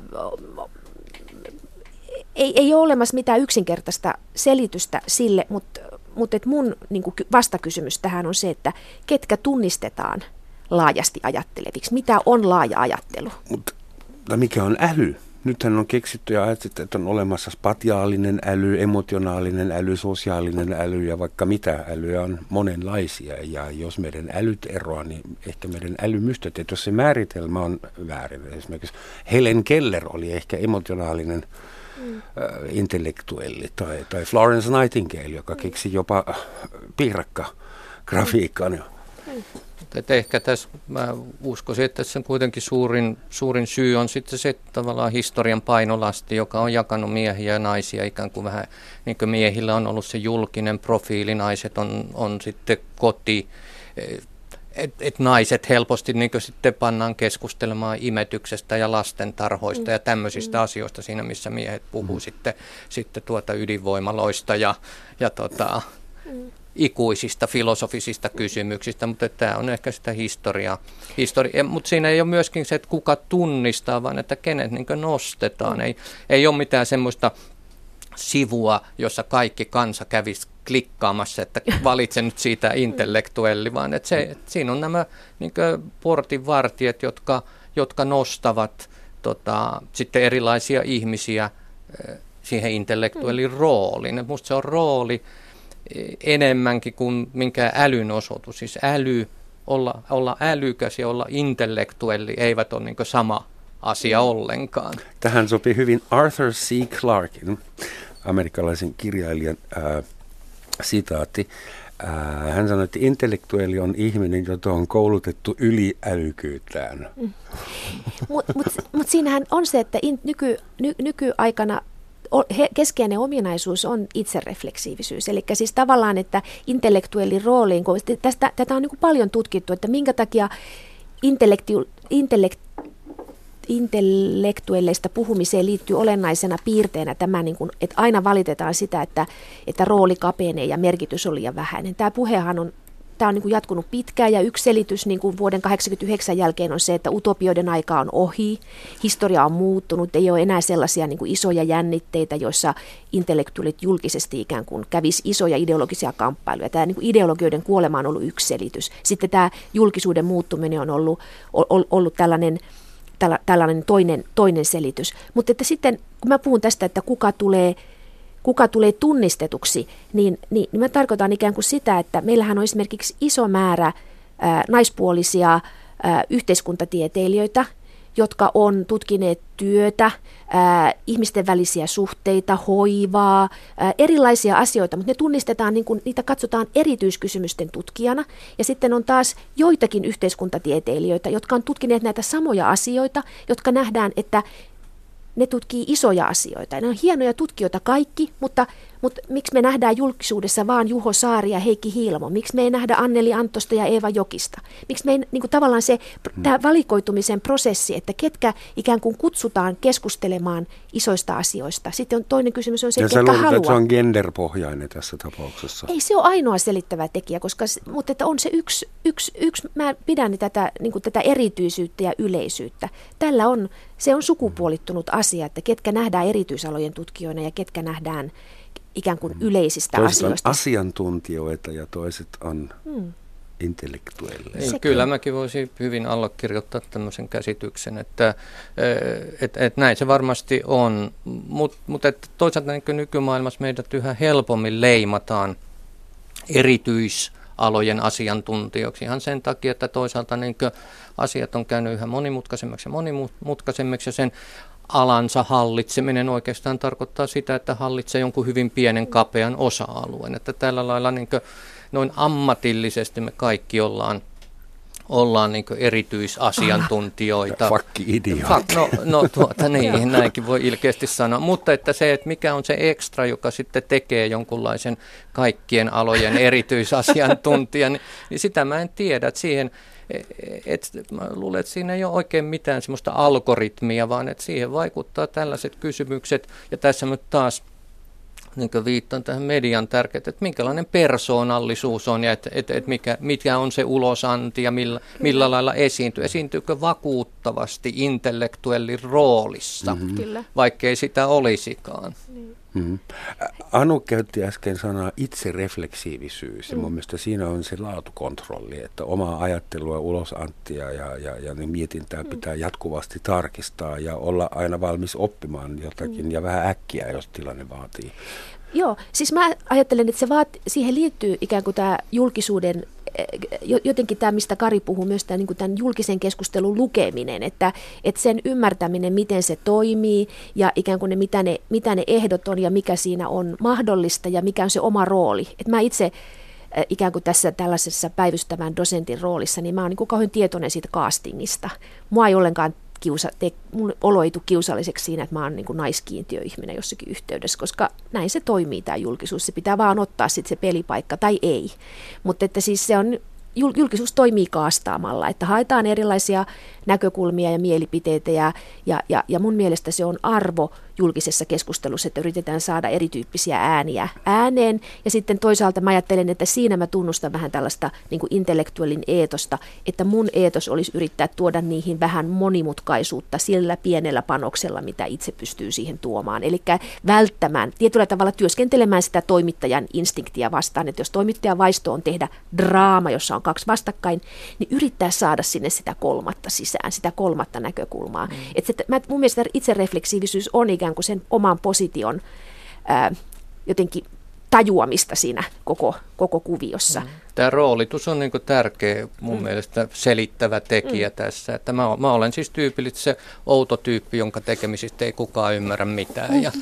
ei, ei ole olemassa mitään yksinkertaista selitystä sille, mutta, mutta et mun niin kuin vastakysymys tähän on se, että ketkä tunnistetaan laajasti ajatteleviksi. Mitä on laaja ajattelu? Mutta mikä on äly? Nythän on keksitty ja ajateltu, että on olemassa spatiaalinen äly, emotionaalinen äly, sosiaalinen äly ja vaikka mitä älyä on monenlaisia. Ja jos meidän älyt eroaa, niin ehkä meidän älymystöt, että jos se määritelmä on väärin. Esimerkiksi Helen Keller oli ehkä emotionaalinen mm. äh, intellektuelli tai, tai Florence Nightingale, joka mm. keksi jopa piirakkagrafiikan. Mm. Että ehkä tässä mä uskoisin, että sen kuitenkin suurin, suurin syy on sitten se tavallaan historian painolasti, joka on jakanut miehiä ja naisia ikään kuin vähän, niin kuin miehillä on ollut se julkinen profiili, naiset on, on sitten koti, että et naiset helposti niin kuin sitten pannaan keskustelemaan imetyksestä ja lastentarhoista mm. ja tämmöisistä mm. asioista siinä, missä miehet puhuu mm. sitten, sitten tuota ydinvoimaloista ja, ja tota, mm. ikuisista filosofisista kysymyksistä, mutta tämä on ehkä sitä historiaa. Historia, mutta siinä ei ole myöskin se, että kuka tunnistaa, vaan että kenet niin kuin nostetaan. Ei, ei ole mitään semmoista sivua, jossa kaikki kansa kävisi klikkaamassa, että valitse nyt siitä intellektuelli, vaan että, se, että siinä on nämä niin kuin portinvartijat, jotka, jotka nostavat tota, sitten erilaisia ihmisiä siihen intellektuellin rooliin. Minusta se on rooli enemmänkin kuin minkään älyn osoitus. Siis äly, olla, olla älykäs ja olla intellektuelli eivät ole niin kuin sama asia ollenkaan. Tähän sopii hyvin Arthur C. Clarkin, amerikkalaisen kirjailijan ää, sitaatti. Hän sanoi, että intellektuelli on ihminen, jota on koulutettu yliälykyyttään. Mm. Mutta mut, mut siinähän on se, että in, nyky, ny, nykyaikana he, keskeinen ominaisuus on itserefleksiivisyys. Eli siis tavallaan, että intellektuellin rooliin, kun tästä, tätä on niin kuin paljon tutkittu, että minkä takia intellekti, intellekt, intellektuelleista puhumiseen liittyy olennaisena piirteenä tämä, niin kuin, että aina valitetaan sitä, että, että rooli kapenee ja merkitys on liian vähäinen. Tämä puhehan on, tämä on niin kuin jatkunut pitkään ja yksi selitys niin kuin vuoden tuhatyhdeksänsataakahdeksankymmentäyhdeksän jälkeen on se, että utopioiden aika on ohi, historia on muuttunut, ei ole enää sellaisia niin kuin isoja jännitteitä, joissa intellektuaalit julkisesti ikään kuin kävisi isoja ideologisia kamppailuja. Tämä niin kuin ideologioiden kuolema on ollut yksi selitys. Sitten tämä julkisuuden muuttuminen on ollut, ollut tällainen tällainen toinen, toinen selitys. Mutta että sitten, kun mä puhun tästä, että kuka tulee, kuka tulee tunnistetuksi, niin, niin, niin mä tarkoitan ikään kuin sitä, että meillähän on esimerkiksi iso määrä ää, naispuolisia ää, yhteiskuntatieteilijöitä, jotka on tutkineet työtä, ää, ihmisten välisiä suhteita, hoivaa, ää, erilaisia asioita, mutta ne tunnistetaan, niin kun, niitä katsotaan erityiskysymysten tutkijana. Ja sitten on taas joitakin yhteiskuntatieteilijöitä, jotka on tutkineet näitä samoja asioita, jotka nähdään, että ne tutkii isoja asioita. Ne on hienoja tutkijoita kaikki, mutta, mutta miksi me nähdään julkisuudessa vaan Juho Saari ja Heikki Hiilamo? Miksi me ei nähdä Anneli Anttosta ja Eeva Jokista? Miksi me ei, niin kuin tavallaan se tämä valikoitumisen prosessi, että ketkä ikään kuin kutsutaan keskustelemaan isoista asioista. Sitten on toinen kysymys on se, ja ketkä haluaa. Ja sä luulet, että se on genderpohjainen tässä tapauksessa? Ei se ole ainoa selittävä tekijä, koska, mutta että on se yksi, yksi, yksi mä pidän tätä, niin kuin tätä erityisyyttä ja yleisyyttä. Tällä on, se on sukupuolittunut asia, että ketkä nähdään erityisalojen tutkijoina ja ketkä nähdään ikään kuin yleisistä toiset asioista. On asiantuntijoita ja toiset on hmm. intellektuelleja. Kyllä mäkin voisin hyvin allekirjoittaa tämmöisen käsityksen, että et, et näin se varmasti on, mutta mut toisaalta niin nykymaailmassa meidät yhä helpommin leimataan erityisalojen asiantuntijoiksi ihan sen takia, että toisaalta niin asiat on käynyt yhä monimutkaisemmiksi ja monimutkaisemmiksi ja sen alansa hallitseminen oikeastaan tarkoittaa sitä, että hallitsee jonkun hyvin pienen kapean osa-alueen. Että tällä lailla niin kuin, noin ammatillisesti me kaikki ollaan, ollaan niin kuin erityisasiantuntijoita. Fakki-idioot. No, no tuota niin, näinkin voi ilkeästi sanoa. Mutta että se, että mikä on se ekstra, joka sitten tekee jonkunlaisen kaikkien alojen erityisasiantuntijan, niin, niin sitä mä en tiedä. Että siihen Et, mä luulen, että siinä ei ole oikein mitään semmoista algoritmia, vaan että siihen vaikuttaa tällaiset kysymykset. Ja tässä nyt taas niin kuin viittaan tähän median tärkeät, että minkälainen persoonallisuus on ja että et, et mikä, mikä on se ulosanti ja millä, millä lailla esiintyy. Esiintyykö vakuuttavasti intellektuellin roolissa, mm-hmm. vaikkei sitä olisikaan. Mm-hmm. Anu käytti äsken sanaa itserefleksiivisyys ja mun mielestä siinä on se laatukontrolli, että omaa ajattelua, ulosanttia ja, ja, ja mietintää pitää jatkuvasti tarkistaa ja olla aina valmis oppimaan jotakin mm. ja vähän äkkiä, jos tilanne vaatii. Joo, siis mä ajattelen, että se vaat, siihen liittyy ikään kuin tämä julkisuuden, jotenkin tämä, mistä Kari puhuu, myös tämä, niin kuin tämän julkisen keskustelun lukeminen, että, että sen ymmärtäminen, miten se toimii ja ikään kuin ne, mitä, ne, mitä ne ehdot on ja mikä siinä on mahdollista ja mikä on se oma rooli. Että mä itse ikään kuin tässä tällaisessa päivystävän dosentin roolissa, niin mä oon niin kuin kauhean tietoinen siitä castingista. Mua ei ollenkaan Kiusa, te, mun olo ei tule kiusalliseksi siinä, että mä oon niin kuin naiskiintiöihminen jossakin yhteydessä, koska näin se toimii tämä julkisuus. Se pitää vaan ottaa sitten se pelipaikka tai ei. Mutta että siis se on, julkisuus toimii kaastaamalla, että haetaan erilaisia näkökulmia ja mielipiteitä ja, ja, ja, ja mun mielestä se on arvo julkisessa keskustelussa, että yritetään saada erityyppisiä ääniä ääneen. Ja sitten toisaalta mä ajattelen, että siinä mä tunnustan vähän tällaista niin kuin intellektuellin eetosta, että mun eetos olisi yrittää tuoda niihin vähän monimutkaisuutta sillä pienellä panoksella, mitä itse pystyy siihen tuomaan. Eli välttämään, tietyllä tavalla työskentelemään sitä toimittajan instinktiä vastaan, että jos toimittajan vaisto on tehdä draama, jossa on kaksi vastakkain, niin yrittää saada sinne sitä kolmatta sisään, sitä kolmatta näkökulmaa. Mm. Että se, mä, mun mielestä itserefleksiivisyys on ikään kuin sen oman position ää, jotenkin tajuamista siinä koko, koko kuviossa. Mm. Tämä roolitus on niin kuin tärkeä mun mm. mielestä selittävä tekijä mm. tässä. Että mä, mä olen siis tyypillisesti se outo tyyppi, jonka tekemisistä ei kukaan ymmärrä mitään. Mm. Ja,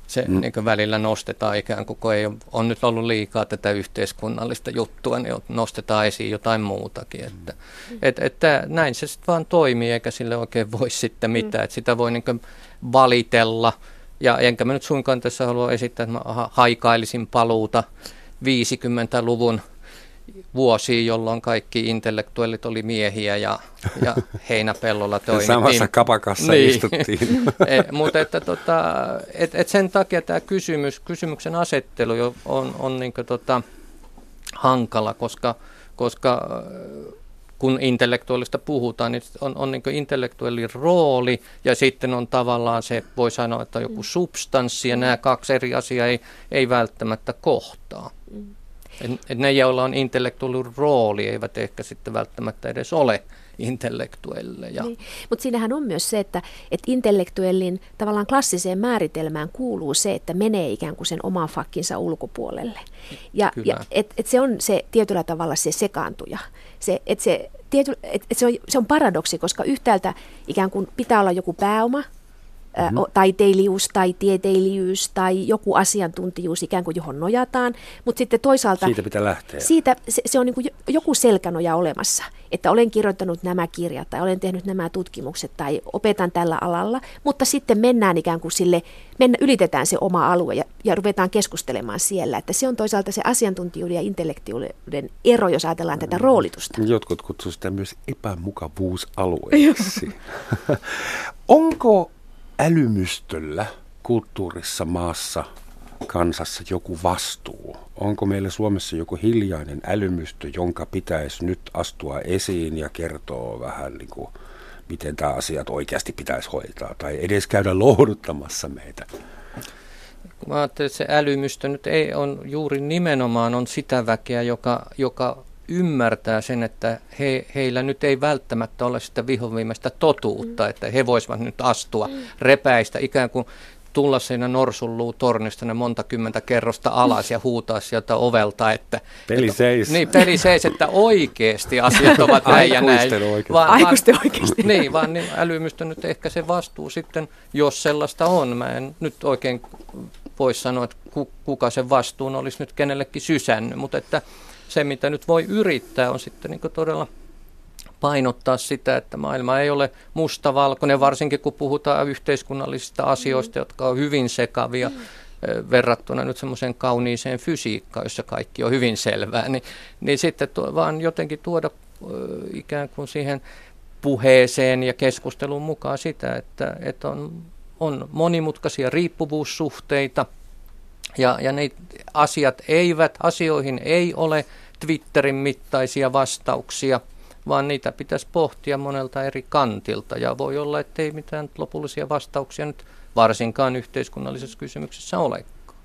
se mm. niin kuin välillä nostetaan ikään kuin, kun ei ole, on nyt ollut liikaa tätä yhteiskunnallista juttua, niin nostetaan esiin jotain muutakin. Että, mm. et, että näin se sitten vaan toimii, eikä sille oikein voi sitten mitään. Mm. Että sitä voi niin kuin valitella. Ja enkä mä nyt suinkaan tässä halua esittää, että mä haikailisin paluuta viisikymmentäluvun vuosiin, jolloin kaikki intellektuellit oli miehiä ja, ja heinäpellolla toimittiin. Samassa kapakassa niin. istuttiin. e, mutta että tota, et, et sen takia tämä kysymys, kysymyksen asettelu on, on niin kuin tota hankala, koska, koska kun intellektuaalista puhutaan, niin on, on niin kuin intellektuellin rooli ja sitten on tavallaan se, voi sanoa, että on joku substanssi ja nämä kaksi eri asiaa ei, ei välttämättä kohtaa. Et, et ne, joilla on intellektuaalinen rooli, eivät ehkä sitten välttämättä edes ole intellektuelleja. Niin. Mutta siinähän on myös se, että et intellektuellin tavallaan klassiseen määritelmään kuuluu se, että menee ikään kuin sen oman fakkinsa ulkopuolelle. Ja, ja et, et se on se tietyllä tavalla se sekaantuja. Se, et se, tiety, et, et se, on, se on paradoksi, koska yhtäältä ikään kuin pitää olla joku pääoma, Mm-hmm. taiteilijuus tai tieteilisyys tai joku asiantuntijuus ikään kuin johon nojataan, mutta sitten toisaalta siitä pitää lähteä. Siitä, se, se on niin kuin joku selkänoja olemassa, että olen kirjoittanut nämä kirjat tai olen tehnyt nämä tutkimukset tai opetan tällä alalla, mutta sitten mennään ikään kuin sille, mennä, ylitetään se oma alue ja, ja ruvetaan keskustelemaan siellä, että se on toisaalta se asiantuntijuuden ja intellektiuden ero, jos ajatellaan tätä roolitusta. Jotkut kutsuvat sitä myös epämukavuusalueeksi. Onko älymystöllä kulttuurissa, maassa, kansassa joku vastuu? Onko meillä Suomessa joku hiljainen älymystö, jonka pitäisi nyt astua esiin ja kertoa vähän, niin kuin, miten tämä asiat oikeasti pitäisi hoitaa, tai edes käydä lohduttamassa meitä? Mä ajattelen, että se älymystö nyt ei on juuri nimenomaan on sitä väkeä, joka, joka ymmärtää sen, että he, heillä nyt ei välttämättä ole sitä vihoviimeistä totuutta, mm. että he voisivat nyt astua, mm. repäistä, ikään kuin tulla siinä norsunluutornista ne monta kymmentä kerrosta alas ja huutaa sieltä ovelta, että peli seis. Niin, peli seis, että oikeasti asiat ovat näin ja näin. Vaan, Aikuisten oikeasti. Niin, vaan niin älymystö nyt ehkä se vastuu sitten, jos sellaista on. Mä en nyt oikein voisi sanoa, että kuka sen vastuun olisi nyt kenellekin sysännyt, mutta että se, mitä nyt voi yrittää, on sitten niin kuin todella painottaa sitä, että maailma ei ole mustavalkoinen, varsinkin kun puhutaan yhteiskunnallisista asioista, jotka on hyvin sekavia mm. verrattuna nyt semmoiseen kauniiseen fysiikkaan, jossa kaikki on hyvin selvää, niin, niin sitten tuo, vaan jotenkin tuoda ikään kuin siihen puheeseen ja keskustelun mukaan sitä, että, että on, on monimutkaisia riippuvuussuhteita, Ja, ja ne asiat eivät, asioihin ei ole Twitterin mittaisia vastauksia, vaan niitä pitäisi pohtia monelta eri kantilta. Ja voi olla, ettei mitään lopullisia vastauksia nyt varsinkaan yhteiskunnallisessa kysymyksessä olekaan.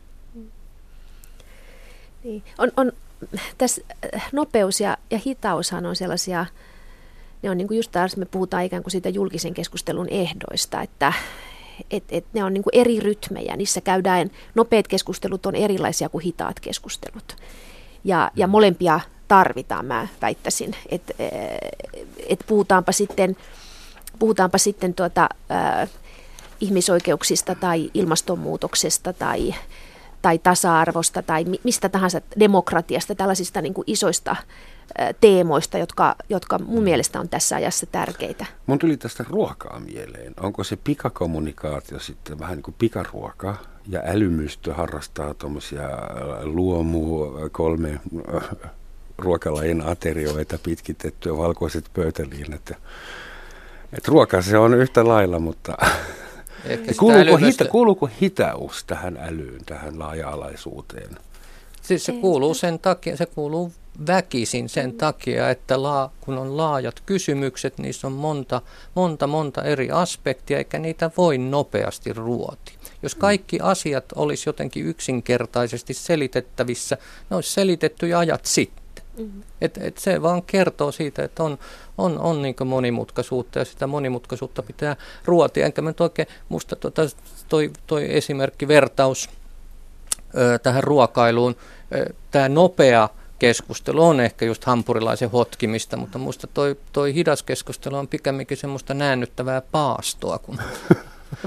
Niin. On, on, tässä nopeus ja, ja hitaushan on sellaisia, ne on niin kuin just taas me puhutaan ikään kuin siitä julkisen keskustelun ehdoista, että Et, et ne on niin kuin eri rytmejä, niissä käydään, nopeat keskustelut on erilaisia kuin hitaat keskustelut. Ja, ja molempia tarvitaan, mä väittäisin, että et puhutaanpa sitten, puhutaanpa sitten tuota, äh, ihmisoikeuksista tai ilmastonmuutoksesta tai, tai tasa-arvosta tai mistä tahansa demokratiasta, tällaisista niin kuin isoista teemoista, jotka, jotka mun mielestä on tässä ajassa tärkeitä. Mun tuli tästä ruokaa mieleen. Onko se pikakommunikaatio sitten vähän niin kuin pikaruoka ja älymystö harrastaa tuommoisia luomu kolme ruokalajien aterioita pitkitettyä valkoiset pöytäliinat. Että ruoka se on yhtä lailla, mutta kuuluuko, hita, kuuluuko hitaus tähän älyyn, tähän laaja-alaisuuteen? Siis se kuuluu sen takia, se kuuluu väkisin sen takia, että laa, kun on laajat kysymykset, niissä on monta, monta, monta eri aspektia, eikä niitä voi nopeasti ruoti. Jos kaikki asiat olisi jotenkin yksinkertaisesti selitettävissä, ne olisi selitetty jo ajat sitten. Mm-hmm. Et, et se vaan kertoo siitä, että on, on, on niin kuin monimutkaisuutta ja sitä monimutkaisuutta pitää ruotia. Enkä mä oikein, musta tuota, toi, toi esimerkki, vertaus ö, tähän ruokailuun, tämä nopea keskustelu on ehkä just hampurilaisen hotkimista, mutta musta toi, toi hidas keskustelu on pikemminkin semmoista näännyttävää paastoa, kun,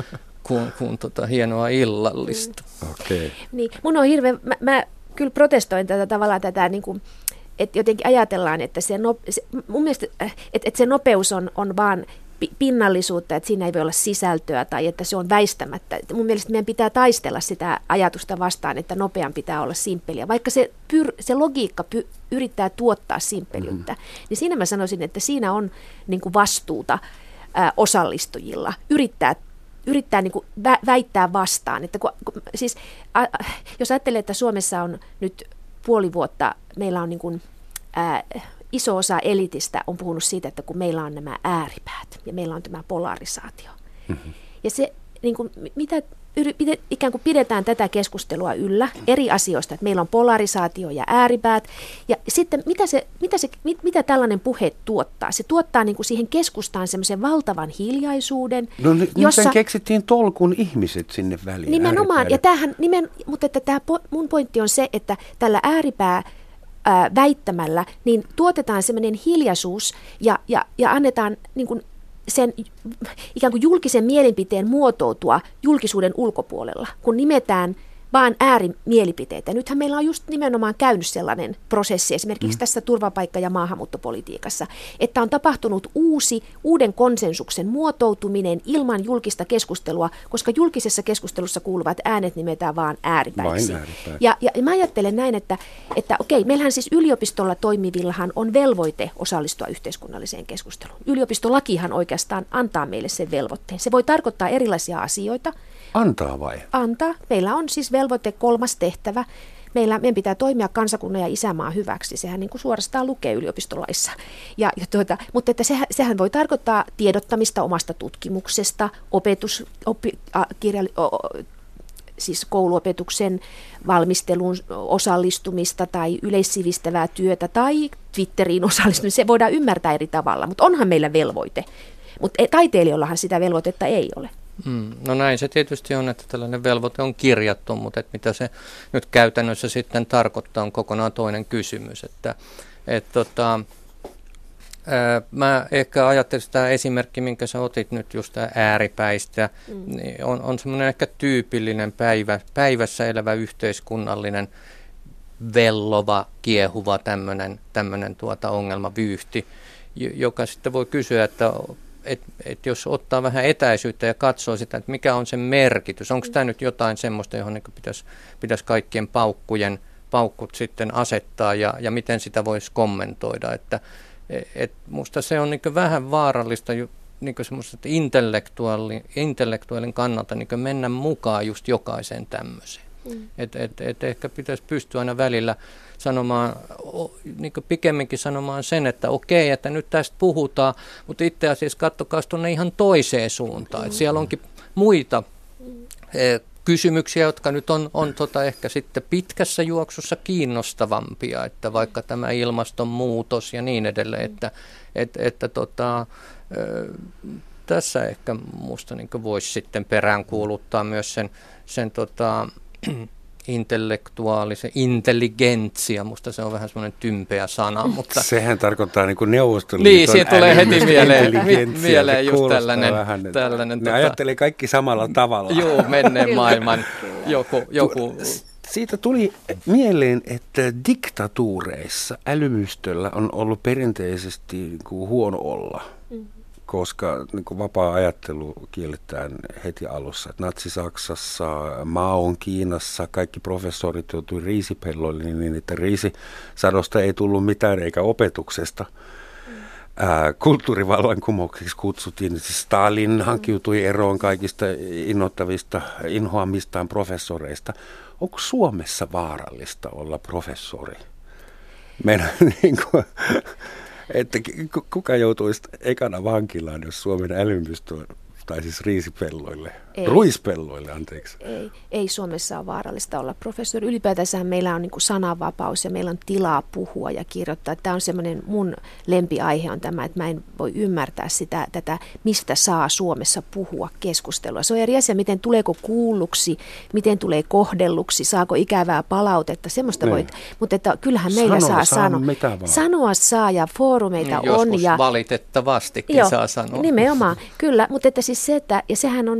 kuin, kuin tota hienoa illallista. Okay. Niin, mun on hirveän, mä, mä kyllä protestoin tätä tavallaan tätä, niin kuin, että jotenkin ajatellaan, että se, no, se mun mielestä, että, että se nopeus on, on vaan pinnallisuutta, että siinä ei voi olla sisältöä tai että se on väistämättä. Mun mielestä meidän pitää taistella sitä ajatusta vastaan, että nopean pitää olla simppeliä. Vaikka se, pyr, se logiikka py, yrittää tuottaa simppelyyttä, mm-hmm. niin siinä mä sanoisin, että siinä on niin kuin vastuuta ää, osallistujilla yrittää yrittää niin kuin vä- väittää vastaan. Että kun, kun, siis, a, jos ajattelee, että Suomessa on nyt puoli vuotta, meillä on niin kuin, ää, iso osa elitistä on puhunut siitä, että kun meillä on nämä ääripäät ja meillä on tämä polarisaatio. Mm-hmm. Ja se, niin kuin, mitä ikään kuin pidetään tätä keskustelua yllä eri asioista, että meillä on polarisaatio ja ääripäät. Ja sitten mitä, se, mitä, se, mit, mitä tällainen puhe tuottaa? Se tuottaa niin kuin siihen keskustaan semmoisen valtavan hiljaisuuden. No nyt jossa keksittiin tolkun ihmiset sinne väliin. Nimenomaan, ja tämähän, nimen, mutta että tämä, mun pointti on se, että tällä ääripää ää, väittämällä niin tuotetaan semmoinen hiljaisuus ja, ja, ja annetaan niin kuin sen ikään kuin julkisen mielipiteen muotoutua julkisuuden ulkopuolella, kun nimetään vaan äärimielipiteitä. Nythän meillä on just nimenomaan käynyt sellainen prosessi esimerkiksi mm. tässä turvapaikka- ja maahanmuuttopolitiikassa, että on tapahtunut uusi, uuden konsensuksen muotoutuminen ilman julkista keskustelua, koska julkisessa keskustelussa kuuluvat äänet nimetään vaan ääripäiksi. Ja, ja, ja mä ajattelen näin, että, että okei, meillähän siis yliopistolla toimivillahan on velvoite osallistua yhteiskunnalliseen keskusteluun. Yliopistolakihan oikeastaan antaa meille sen velvoitteen. Se voi tarkoittaa erilaisia asioita. Antaa vai? Antaa. Meillä on siis velvoite kolmas tehtävä. Meillä, meidän pitää toimia kansakunnan ja isänmaan hyväksi. Sehän niin kuin suorastaan lukee yliopistolaissa. Ja, ja tuota, mutta että sehän, sehän voi tarkoittaa tiedottamista omasta tutkimuksesta, opetus, oppi, a, kirja, o, siis kouluopetuksen valmisteluun osallistumista tai yleissivistävää työtä tai Twitteriin osallistumista. Se voidaan ymmärtää eri tavalla, mutta onhan meillä velvoite. Mutta taiteilijoillahan sitä velvoitetta ei ole. Hmm. No näin se tietysti on, että tällainen velvoite on kirjattu, mutta että mitä se nyt käytännössä sitten tarkoittaa on kokonaan toinen kysymys. Että, et tota, ää, mä ehkä ajattelin sitä esimerkki, minkä sä otit nyt just ääripäistä, mm. niin on, on semmoinen ehkä tyypillinen päivä, päivässä elävä yhteiskunnallinen vellova, kiehuva tämmöinen, tämmöinen tuota ongelmavyyhti, joka sitten voi kysyä, että Että et jos ottaa vähän etäisyyttä ja katsoo sitä, että mikä on sen merkitys, onko tämä nyt jotain semmoista, johon niin pitäisi, pitäisi kaikkien paukkujen, paukkut sitten asettaa ja, ja miten sitä voisi kommentoida. Että et musta se on niin vähän vaarallista niin semmoista intellektuaalin, intellektuaalin kannalta niin mennä mukaan just jokaiseen tämmöiseen. Mm. Että et, et ehkä pitäisi pystyä aina välillä sanomaan, niin pikemminkin sanomaan sen, että okei, että nyt tästä puhutaan, mutta itse asiassa katsokaa tuonne ihan toiseen suuntaan. Että siellä onkin muita eh, kysymyksiä, jotka nyt on, on tota ehkä sitten pitkässä juoksussa kiinnostavampia, että vaikka tämä ilmastonmuutos ja niin edelleen, että, että, että tota, eh, tässä ehkä minusta niin voisi sitten peräänkuuluttaa myös sen, sen tota, intellektuaalisen, intelligentsia, musta se on vähän semmoinen tympeä sana, mutta sehän tarkoittaa niin kuin Neuvostoliiton niin, siitä tulee heti mieleen, mieleen just tällainen. Vähän, tällainen ne tota, ajattelee kaikki samalla tavalla. Joo, menneen maailman joku, joku. Siitä tuli mieleen, että diktatuureissa älymystöllä on ollut perinteisesti niin kuin huono olla. Koska niin kuin vapaa ajattelu kielletään heti alussa. Et Natsi-Saksassa, Maon Kiinassa, kaikki professorit joutui riisipelloille niin, että riisisadosta ei tullut mitään eikä opetuksesta. Ää, kulttuurivallankumoukseksi kutsuttiin, että Stalin hankiutui eroon kaikista innoittavista, inhoamistaan professoreista. Onko Suomessa vaarallista olla professori? Meidän niin kuin että kuka joutuisi ekana vankilaan, jos Suomen älymystö, tai siis riisipelloille, ei. ruispelloille, anteeksi. Ei, ei Suomessa ole vaarallista olla professori. Ylipäätänsä meillä on niin kuin sananvapaus ja meillä on tilaa puhua ja kirjoittaa. Tämä on semmoinen mun lempiaihe on tämä, että mä en voi ymmärtää sitä, tätä, mistä saa Suomessa puhua keskustelua. Se on eri asia, miten tuleeko kuulluksi, miten tulee kohdelluksi, saako ikävää palautetta, semmoista voit. Mutta että kyllähän meillä sanoa, saa sanoa. Sanoa saa ja foorumeita niin, on. Joskus ja valitettavastikin joo, saa sanoa. Nimenomaan, kyllä, mutta että siis se, että, ja sehän on niin kuin, että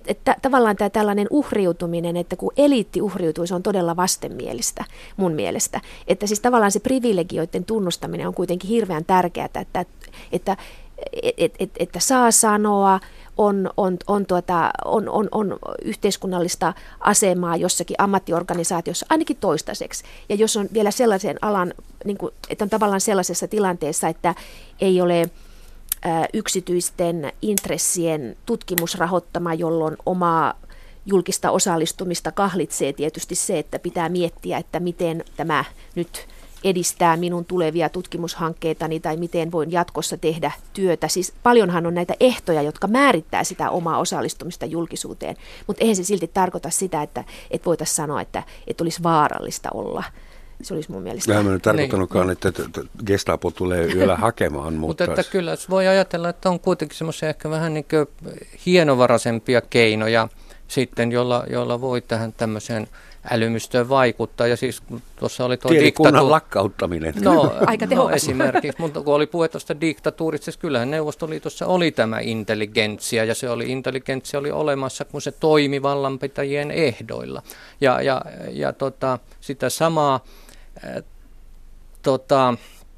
että, että tavallaan tämä tällainen uhriutuminen, että kun eliitti uhriutuu, se on todella vastenmielistä mun mielestä. Että siis tavallaan se privilegioiden tunnustaminen on kuitenkin hirveän tärkeää, että, että, että, että, että, että saa sanoa, on, on, on, tuota, on, on, on yhteiskunnallista asemaa jossakin ammattiorganisaatiossa, ainakin toistaiseksi. Ja jos on vielä sellaisen alan, niin kuin, että on tavallaan sellaisessa tilanteessa, että ei ole yksityisten intressien tutkimusrahoittama, jolloin omaa julkista osallistumista kahlitsee tietysti se, että pitää miettiä, että miten tämä nyt edistää minun tulevia tutkimushankkeitani tai miten voin jatkossa tehdä työtä. Siis paljonhan on näitä ehtoja, jotka määrittää sitä omaa osallistumista julkisuuteen, mutta eihän se silti tarkoita sitä, että, että voitaisiin sanoa, että, että olisi vaarallista olla. Se olisi mun mielestä. Mä en ole tarkoittanutkaan, niin, että Gestapo tulee yöllä hakemaan. Mutta että kyllä voi ajatella, että on kuitenkin semmoisia ehkä vähän niin kuin hienovaraisempia keinoja sitten, jolla, jolla voi tähän tämmöiseen älymystöön vaikuttaa. Ja siis tuossa oli tuo diktatuuri. Lakkauttaminen. No, aika no esimerkiksi, mutta kun oli puhe tuosta diktatuurista, siis kyllähän Neuvostoliitossa oli tämä intelligentsia, ja se oli intelligentsia oli olemassa, kun se toimi vallanpitäjien ehdoilla. Ja, ja, ja tota, sitä samaa äh, tota,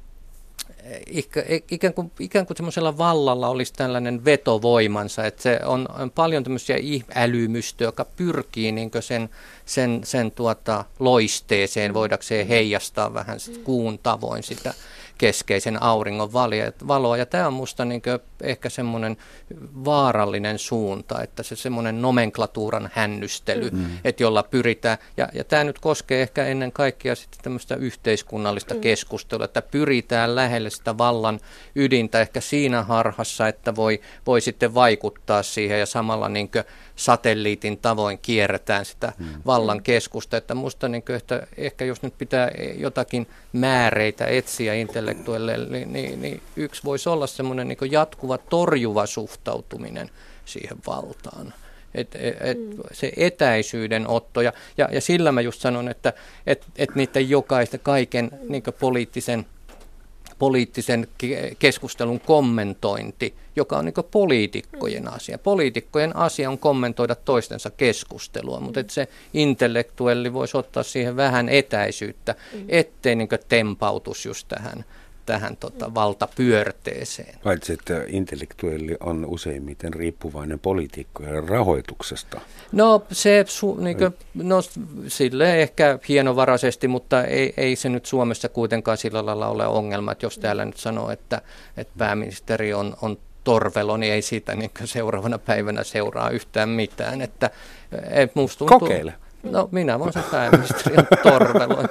ikään kuin, ikään kuin semmoisella vallalla olisi tällainen vetovoimansa, että se on, on paljon tämmöisiä älymystöjä, joka pyrkii niin sen, sen, sen tuota loisteeseen, voidakseen heijastaa vähän sit kuun tavoin sitä keskeisen auringon valoa. Ja tämä on musta niin ehkä semmoinen vaarallinen suunta, että se semmoinen nomenklatuuran hännystely, mm. että jolla pyritään, ja, ja tämä nyt koskee ehkä ennen kaikkea sitten tämmöistä yhteiskunnallista mm. keskustelua, että pyritään lähelle sitä vallan ydintä ehkä siinä harhassa, että voi, voi sitten vaikuttaa siihen ja samalla niin satelliitin tavoin kierretään sitä mm. vallan keskusta, että musta niin että ehkä jos nyt pitää jotakin määreitä etsiä intellektuelle, niin, niin, niin yksi voisi olla semmoinen niin jatkuva torjuva suhtautuminen siihen valtaan. Et, et, mm. Se etäisyyden otto, ja, ja, ja sillä mä just sanon, että et, et niiden jokaista kaiken niin poliittisen poliittisen keskustelun kommentointi, joka on niin kuin poliitikkojen asia. Poliitikkojen asia on kommentoida toistensa keskustelua, mutta että se intellektuelli voisi ottaa siihen vähän etäisyyttä, ettei niin kuin tempautus just tähän, tähän tota, valtapyörteeseen. Paitsi, että intellektuelli on useimmiten riippuvainen poliitikkojen rahoituksesta. No se su, niin kuin, no, silleen ehkä hienovaraisesti, mutta ei, ei se nyt Suomessa kuitenkaan sillä lailla ole ongelma, että jos täällä nyt sanoo, että, että pääministeri on, on torvelo, niin ei siitä niin seuraavana päivänä seuraa yhtään mitään. Että, et musta tuntuu, kokeile. No minä voin sen pääministeri on torvelo.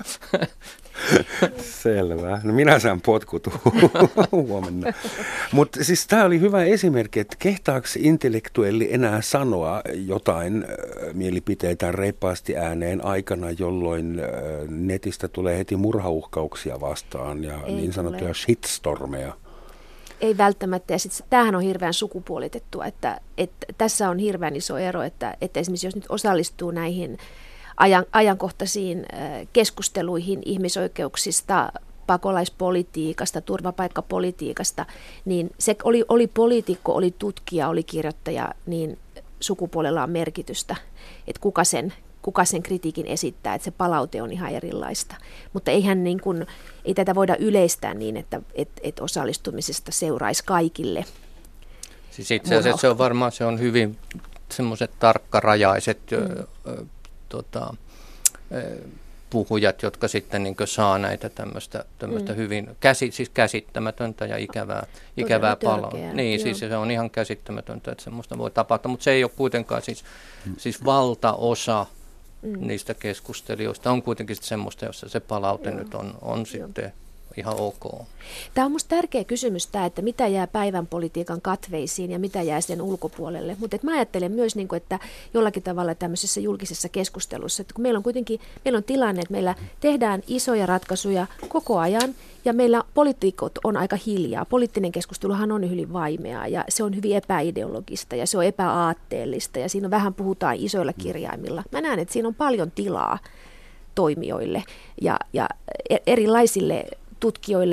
Selvä. No minä saan potkut huomenna. Mutta siis tämä oli hyvä esimerkki, että kehtaako intellektuelli enää sanoa jotain äh, mielipiteitä reippaasti ääneen aikana, jolloin äh, netistä tulee heti murhauhkauksia vastaan ja Ei niin sanottuja tule. shitstormeja. Ei välttämättä, ja sitten tämähän on hirveän sukupuolitettua, että, että tässä on hirveän iso ero, että, että esimerkiksi jos nyt osallistuu näihin ajan, ajankohtaisiin keskusteluihin ihmisoikeuksista, pakolaispolitiikasta, turvapaikkapolitiikasta, niin se oli, oli poliitikko, oli tutkija, oli kirjoittaja, niin sukupuolella on merkitystä, että kuka sen, kuka sen kritiikin esittää, että se palaute on ihan erilaista. Mutta eihän niin kuin, ei tätä voida yleistää niin, että et, et osallistumisesta seuraisi kaikille. Siis itse asiassa se on varmaan se on hyvin semmoiset tarkkarajaiset mm. ö, tota, ö, puhujat, jotka sitten niin kuin saa näitä tämmöistä, tämmöistä mm. hyvin käsi, siis käsittämätöntä ja ikävää, ikävää paloa. Niin, joo. Siis se on ihan käsittämätöntä, että semmoista voi tapahtua, mutta se ei ole kuitenkaan siis, mm. siis valtaosa mm. niistä keskustelijoista on kuitenkin semmoista, jossa se palaute joo. nyt on, on sitten ihan ok. Tämä on minusta tärkeä kysymys tämä, että mitä jää päivän politiikan katveisiin ja mitä jää sen ulkopuolelle. Mutta mä ajattelen myös, niin kuin, että jollakin tavalla tämmöisessä julkisessa keskustelussa, että kun meillä on kuitenkin meillä on tilanne, että meillä tehdään isoja ratkaisuja koko ajan ja meillä poliitikot on aika hiljaa. Poliittinen keskusteluhan on hyvin vaimeaa ja se on hyvin epäideologista ja se on epäaatteellista ja siinä on vähän puhutaan isoilla kirjaimilla. Mä näen, että siinä on paljon tilaa toimijoille ja, ja erilaisille tutkijoille,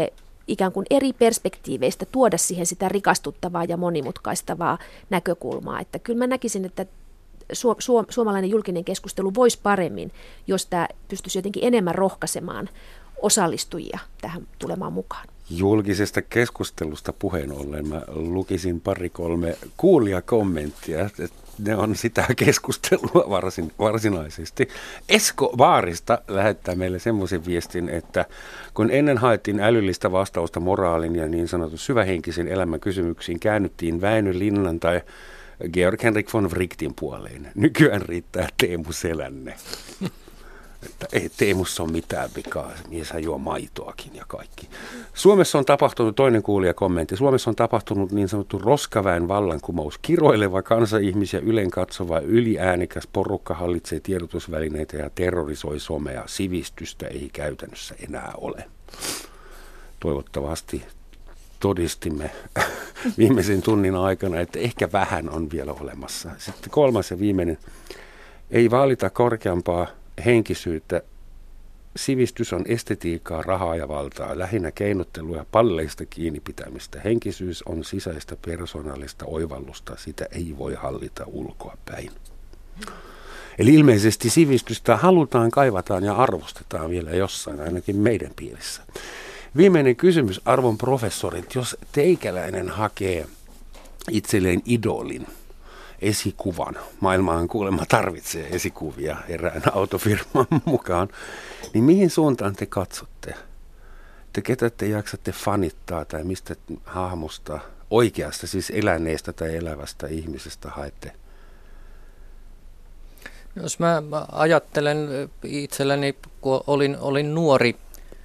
ikään kuin eri perspektiiveistä tuoda siihen sitä rikastuttavaa ja monimutkaistavaa näkökulmaa. Että kyllä mä näkisin, että su- su- suomalainen julkinen keskustelu voisi paremmin, jos tämä pystyisi jotenkin enemmän rohkaisemaan osallistujia tähän tulemaan mukaan. Julkisesta keskustelusta puheen ollen mä lukisin pari kolme kuulijakommenttia, että ne on sitä keskustelua varsin, varsinaisesti. Esko Vaarista lähettää meille semmoisen viestin, että kun ennen haettiin älyllistä vastausta moraalin ja niin sanotun syvähenkisen elämän kysymyksiin, käännyttiin Väinö Linnan tai Georg Henrik von Wrightin puoleen. Nykyään riittää Teemu Selänne. Että ei Teemussa ole mitään vikaa, mieshän juo maitoakin ja kaikki. Suomessa on tapahtunut, toinen kuulijakommentti, Suomessa on tapahtunut niin sanottu roskaväen vallankumous. Kiroileva kansa-ihmisiä ylen katsova yliäänikäs porukka hallitsee tiedotusvälineitä ja terrorisoi somea. Sivistystä ei käytännössä enää ole. Toivottavasti todistimme viimeisen tunnin aikana, että ehkä vähän on vielä olemassa. Sitten kolmas ja viimeinen, ei vaalita korkeampaa henkisyyttä. Sivistys on estetiikkaa, rahaa ja valtaa, lähinnä keinottelua ja palleista kiinni pitämistä. Henkisyys on sisäistä persoonallista oivallusta, sitä ei voi hallita ulkoa päin. Eli ilmeisesti sivistystä halutaan, kaivataan ja arvostetaan vielä jossain, ainakin meidän piirissä. Viimeinen kysymys, arvon professorit, jos teikäläinen hakee itselleen idolin, esikuvan. Maailmaan kuulemma tarvitsee esikuvia erään autofirman mukaan. Niin mihin suuntaan te katsotte? Te ketä te jaksatte fanittaa tai mistä hahmosta, oikeasta siis eläneestä tai elävästä ihmisestä haette? Jos mä ajattelen itselleni, kun olin, olin nuori,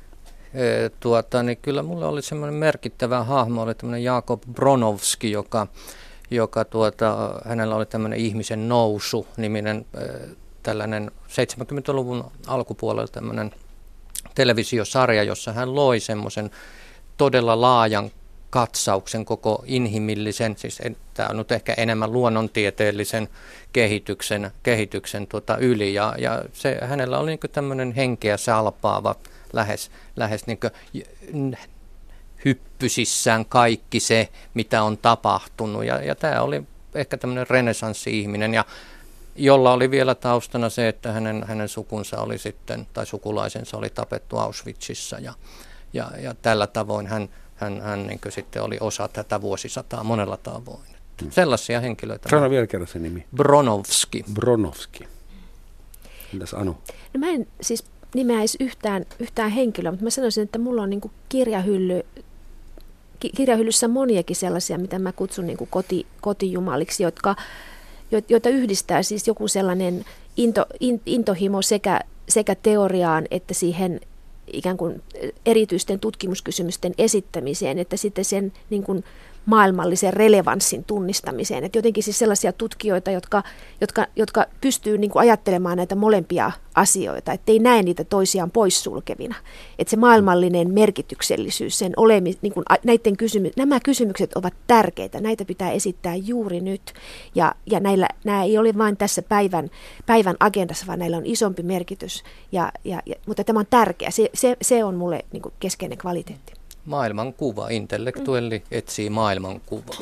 tuota, niin kyllä mulla oli semmoinen merkittävä hahmo, oli tämmöinen Jakob Bronowski, joka joka tuota, hänellä oli tämmöinen ihmisen nousu-niminen tällainen seitsemänkymmentäluvun alkupuolella tämmöinen televisiosarja, jossa hän loi semmoisen todella laajan katsauksen koko inhimillisen, siis tämä on nyt ehkä enemmän luonnontieteellisen kehityksen, kehityksen tuota yli, ja, ja se, hänellä oli niin tämmöinen henkeä salpaava, lähes, lähes niin kuin hyppysissään kaikki se, mitä on tapahtunut. Ja, ja tämä oli ehkä tämmöinen renesanssi-ihminen, ja jolla oli vielä taustana se, että hänen, hänen sukunsa oli sitten, tai sukulaisensa oli tapettu Auschwitzissa, ja, ja, ja tällä tavoin hän, hän, hän niin kuin sitten oli osa tätä vuosisataa monella tavoin. Hmm. Sellaisia henkilöitä. Sano vielä kerran se nimi. Bronowski. Bronowski. Mitäs Anu? No mä en siis nimeäisi yhtään, yhtään henkilöä, mutta mä sanoisin, että mulla on niin kuin kirjahylly, kirjahyllyssä moniakin sellaisia, mitä mä kutsun niin kuin koti, kotijumaliksi, jotka, joita yhdistää siis joku sellainen into, in, intohimo sekä, sekä teoriaan että siihen ikään kuin erityisten tutkimuskysymysten esittämiseen, että sitten sen niin kuin maailmallisen relevanssin tunnistamiseen. Että jotenkin siis sellaisia tutkijoita, jotka, jotka, jotka pystyy niin kuin ajattelemaan näitä molempia asioita, ettei näe niitä toisiaan poissulkevina. Että se maailmallinen merkityksellisyys, sen olemi, niin kuin näiden kysymy- nämä kysymykset ovat tärkeitä, näitä pitää esittää juuri nyt. Ja, ja näillä, nämä ei ole vain tässä päivän, päivän agendassa, vaan näillä on isompi merkitys. Ja, ja, ja, mutta tämä on tärkeä, se, se, se on mulle niin kuin keskeinen kvaliteetti. Maailmankuva, intellektuelli etsii maailmankuvaa.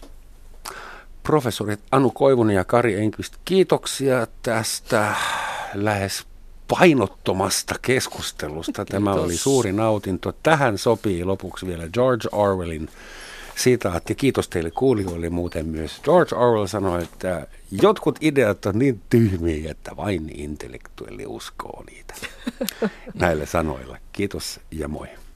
Professorit Anu Koivunen ja Kari Enqvist, kiitoksia tästä lähes painottomasta keskustelusta. Tämä Kiitos. Oli suuri nautinto. Tähän sopii lopuksi vielä George Orwellin sitaatti. Kiitos teille kuulijoille muuten myös. George Orwell sanoi, että jotkut ideat on niin tyhmiä, että vain intellektuelli uskoo niitä. Näillä sanoilla. Kiitos ja moi.